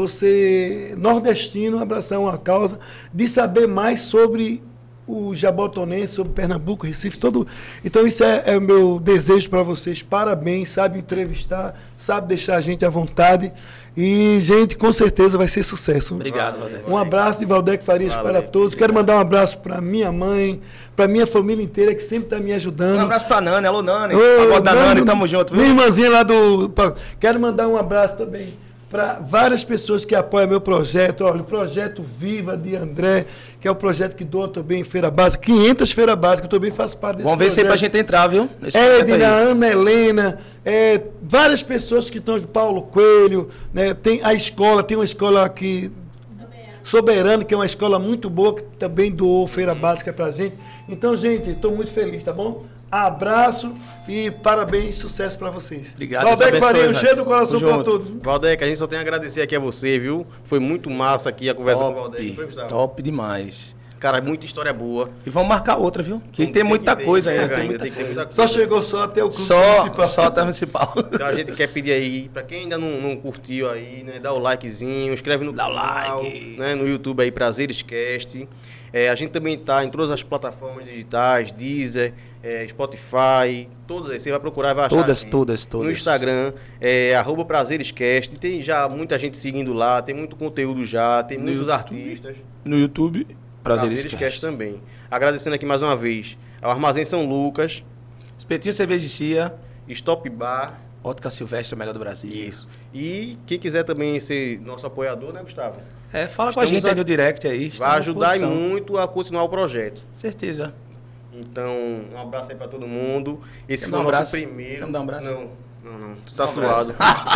você nordestino, abraçar uma causa, de saber mais sobre o jabotonense, sobre Pernambuco, Recife, todo. Então isso é, é o meu desejo para vocês. Parabéns, sabe entrevistar, sabe deixar a gente à vontade. E, gente, com certeza vai ser sucesso. Obrigado, Valdec. Um abraço de Valdec Farias Valeu, para todos. obrigado. Quero mandar um abraço para minha mãe, para minha família inteira, que sempre está me ajudando. Um abraço pra Nani, alô Nani. Ô, Agora da Nani, Nani, tamo junto, viu? Minha irmãzinha lá do... Quero mandar um abraço também para várias pessoas que apoiam meu projeto. Olha, o projeto Viva de André, que é o projeto que doa também em Feira Básica. quinhentas Feira Básica, eu também faço parte desse Vamos ver projeto. se aí pra gente entrar, viu? Nesse É, projeto Edna, aí. Ana Helena, é, várias pessoas que estão de Paulo Coelho, né, tem a escola, tem uma escola aqui, Soberano, que é uma escola muito boa, que também doou Feira Básica pra gente. Então, gente, estou muito feliz, tá bom? Abraço e parabéns, sucesso para vocês. Obrigado. Valdec Deus abençoe, Faria, um cheiro do Tamo coração para junto. todos. Valdec, a gente só tem a agradecer aqui a você, viu? Foi muito massa aqui a conversa com o Valdec. Top, Foi, Gustavo? top demais. Cara, muita história boa. E vamos marcar outra, viu? Que tem, Tem muita que ter, coisa tem ainda. que Tem ainda, muita tem que ter muita Só coisa. chegou só até o clube Só, municipal. só até municipal. Então a gente quer pedir aí, pra quem ainda não, não curtiu aí, né, dá o likezinho, inscreve no Dá o canal, like. né, no YouTube aí, Prazeres Cast. É, a gente também tá em todas as plataformas digitais, Deezer, é, Spotify, todas aí, você vai procurar e vai achar. Todas, a gente. todas, todas. No Instagram, é, arroba Prazerescast, tem já muita gente seguindo lá, tem muito conteúdo já, tem No muitos YouTube. artistas. No YouTube, Prazeres Prazeres Cast. Cast também. Agradecendo aqui mais uma vez ao Armazém São Lucas, Espetinho Cerveja de Cia, Stop Bar. Ótica Silvestre, a melhor do Brasil. Isso. E quem quiser também ser nosso apoiador, né, Gustavo? É, fala com a Estamos gente aí a- no direct aí. estamos Vai à ajudar e disposição. muito a continuar o projeto. Certeza. Então, um abraço aí pra todo mundo. Esse Quer foi dar o um nosso abraço? primeiro. Quer me dar um abraço? Não, não, não. Tu tá Só um abraço. suado.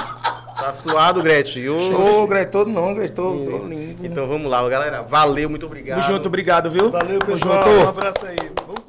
Tá suado, Gretchen. Ô, Ô, Gretor, não, Gretor, tô lindo. Então vamos lá, galera. Valeu, muito obrigado. Tamo junto, obrigado, viu? Valeu, Tamo pessoal. junto. Um abraço aí. Vamos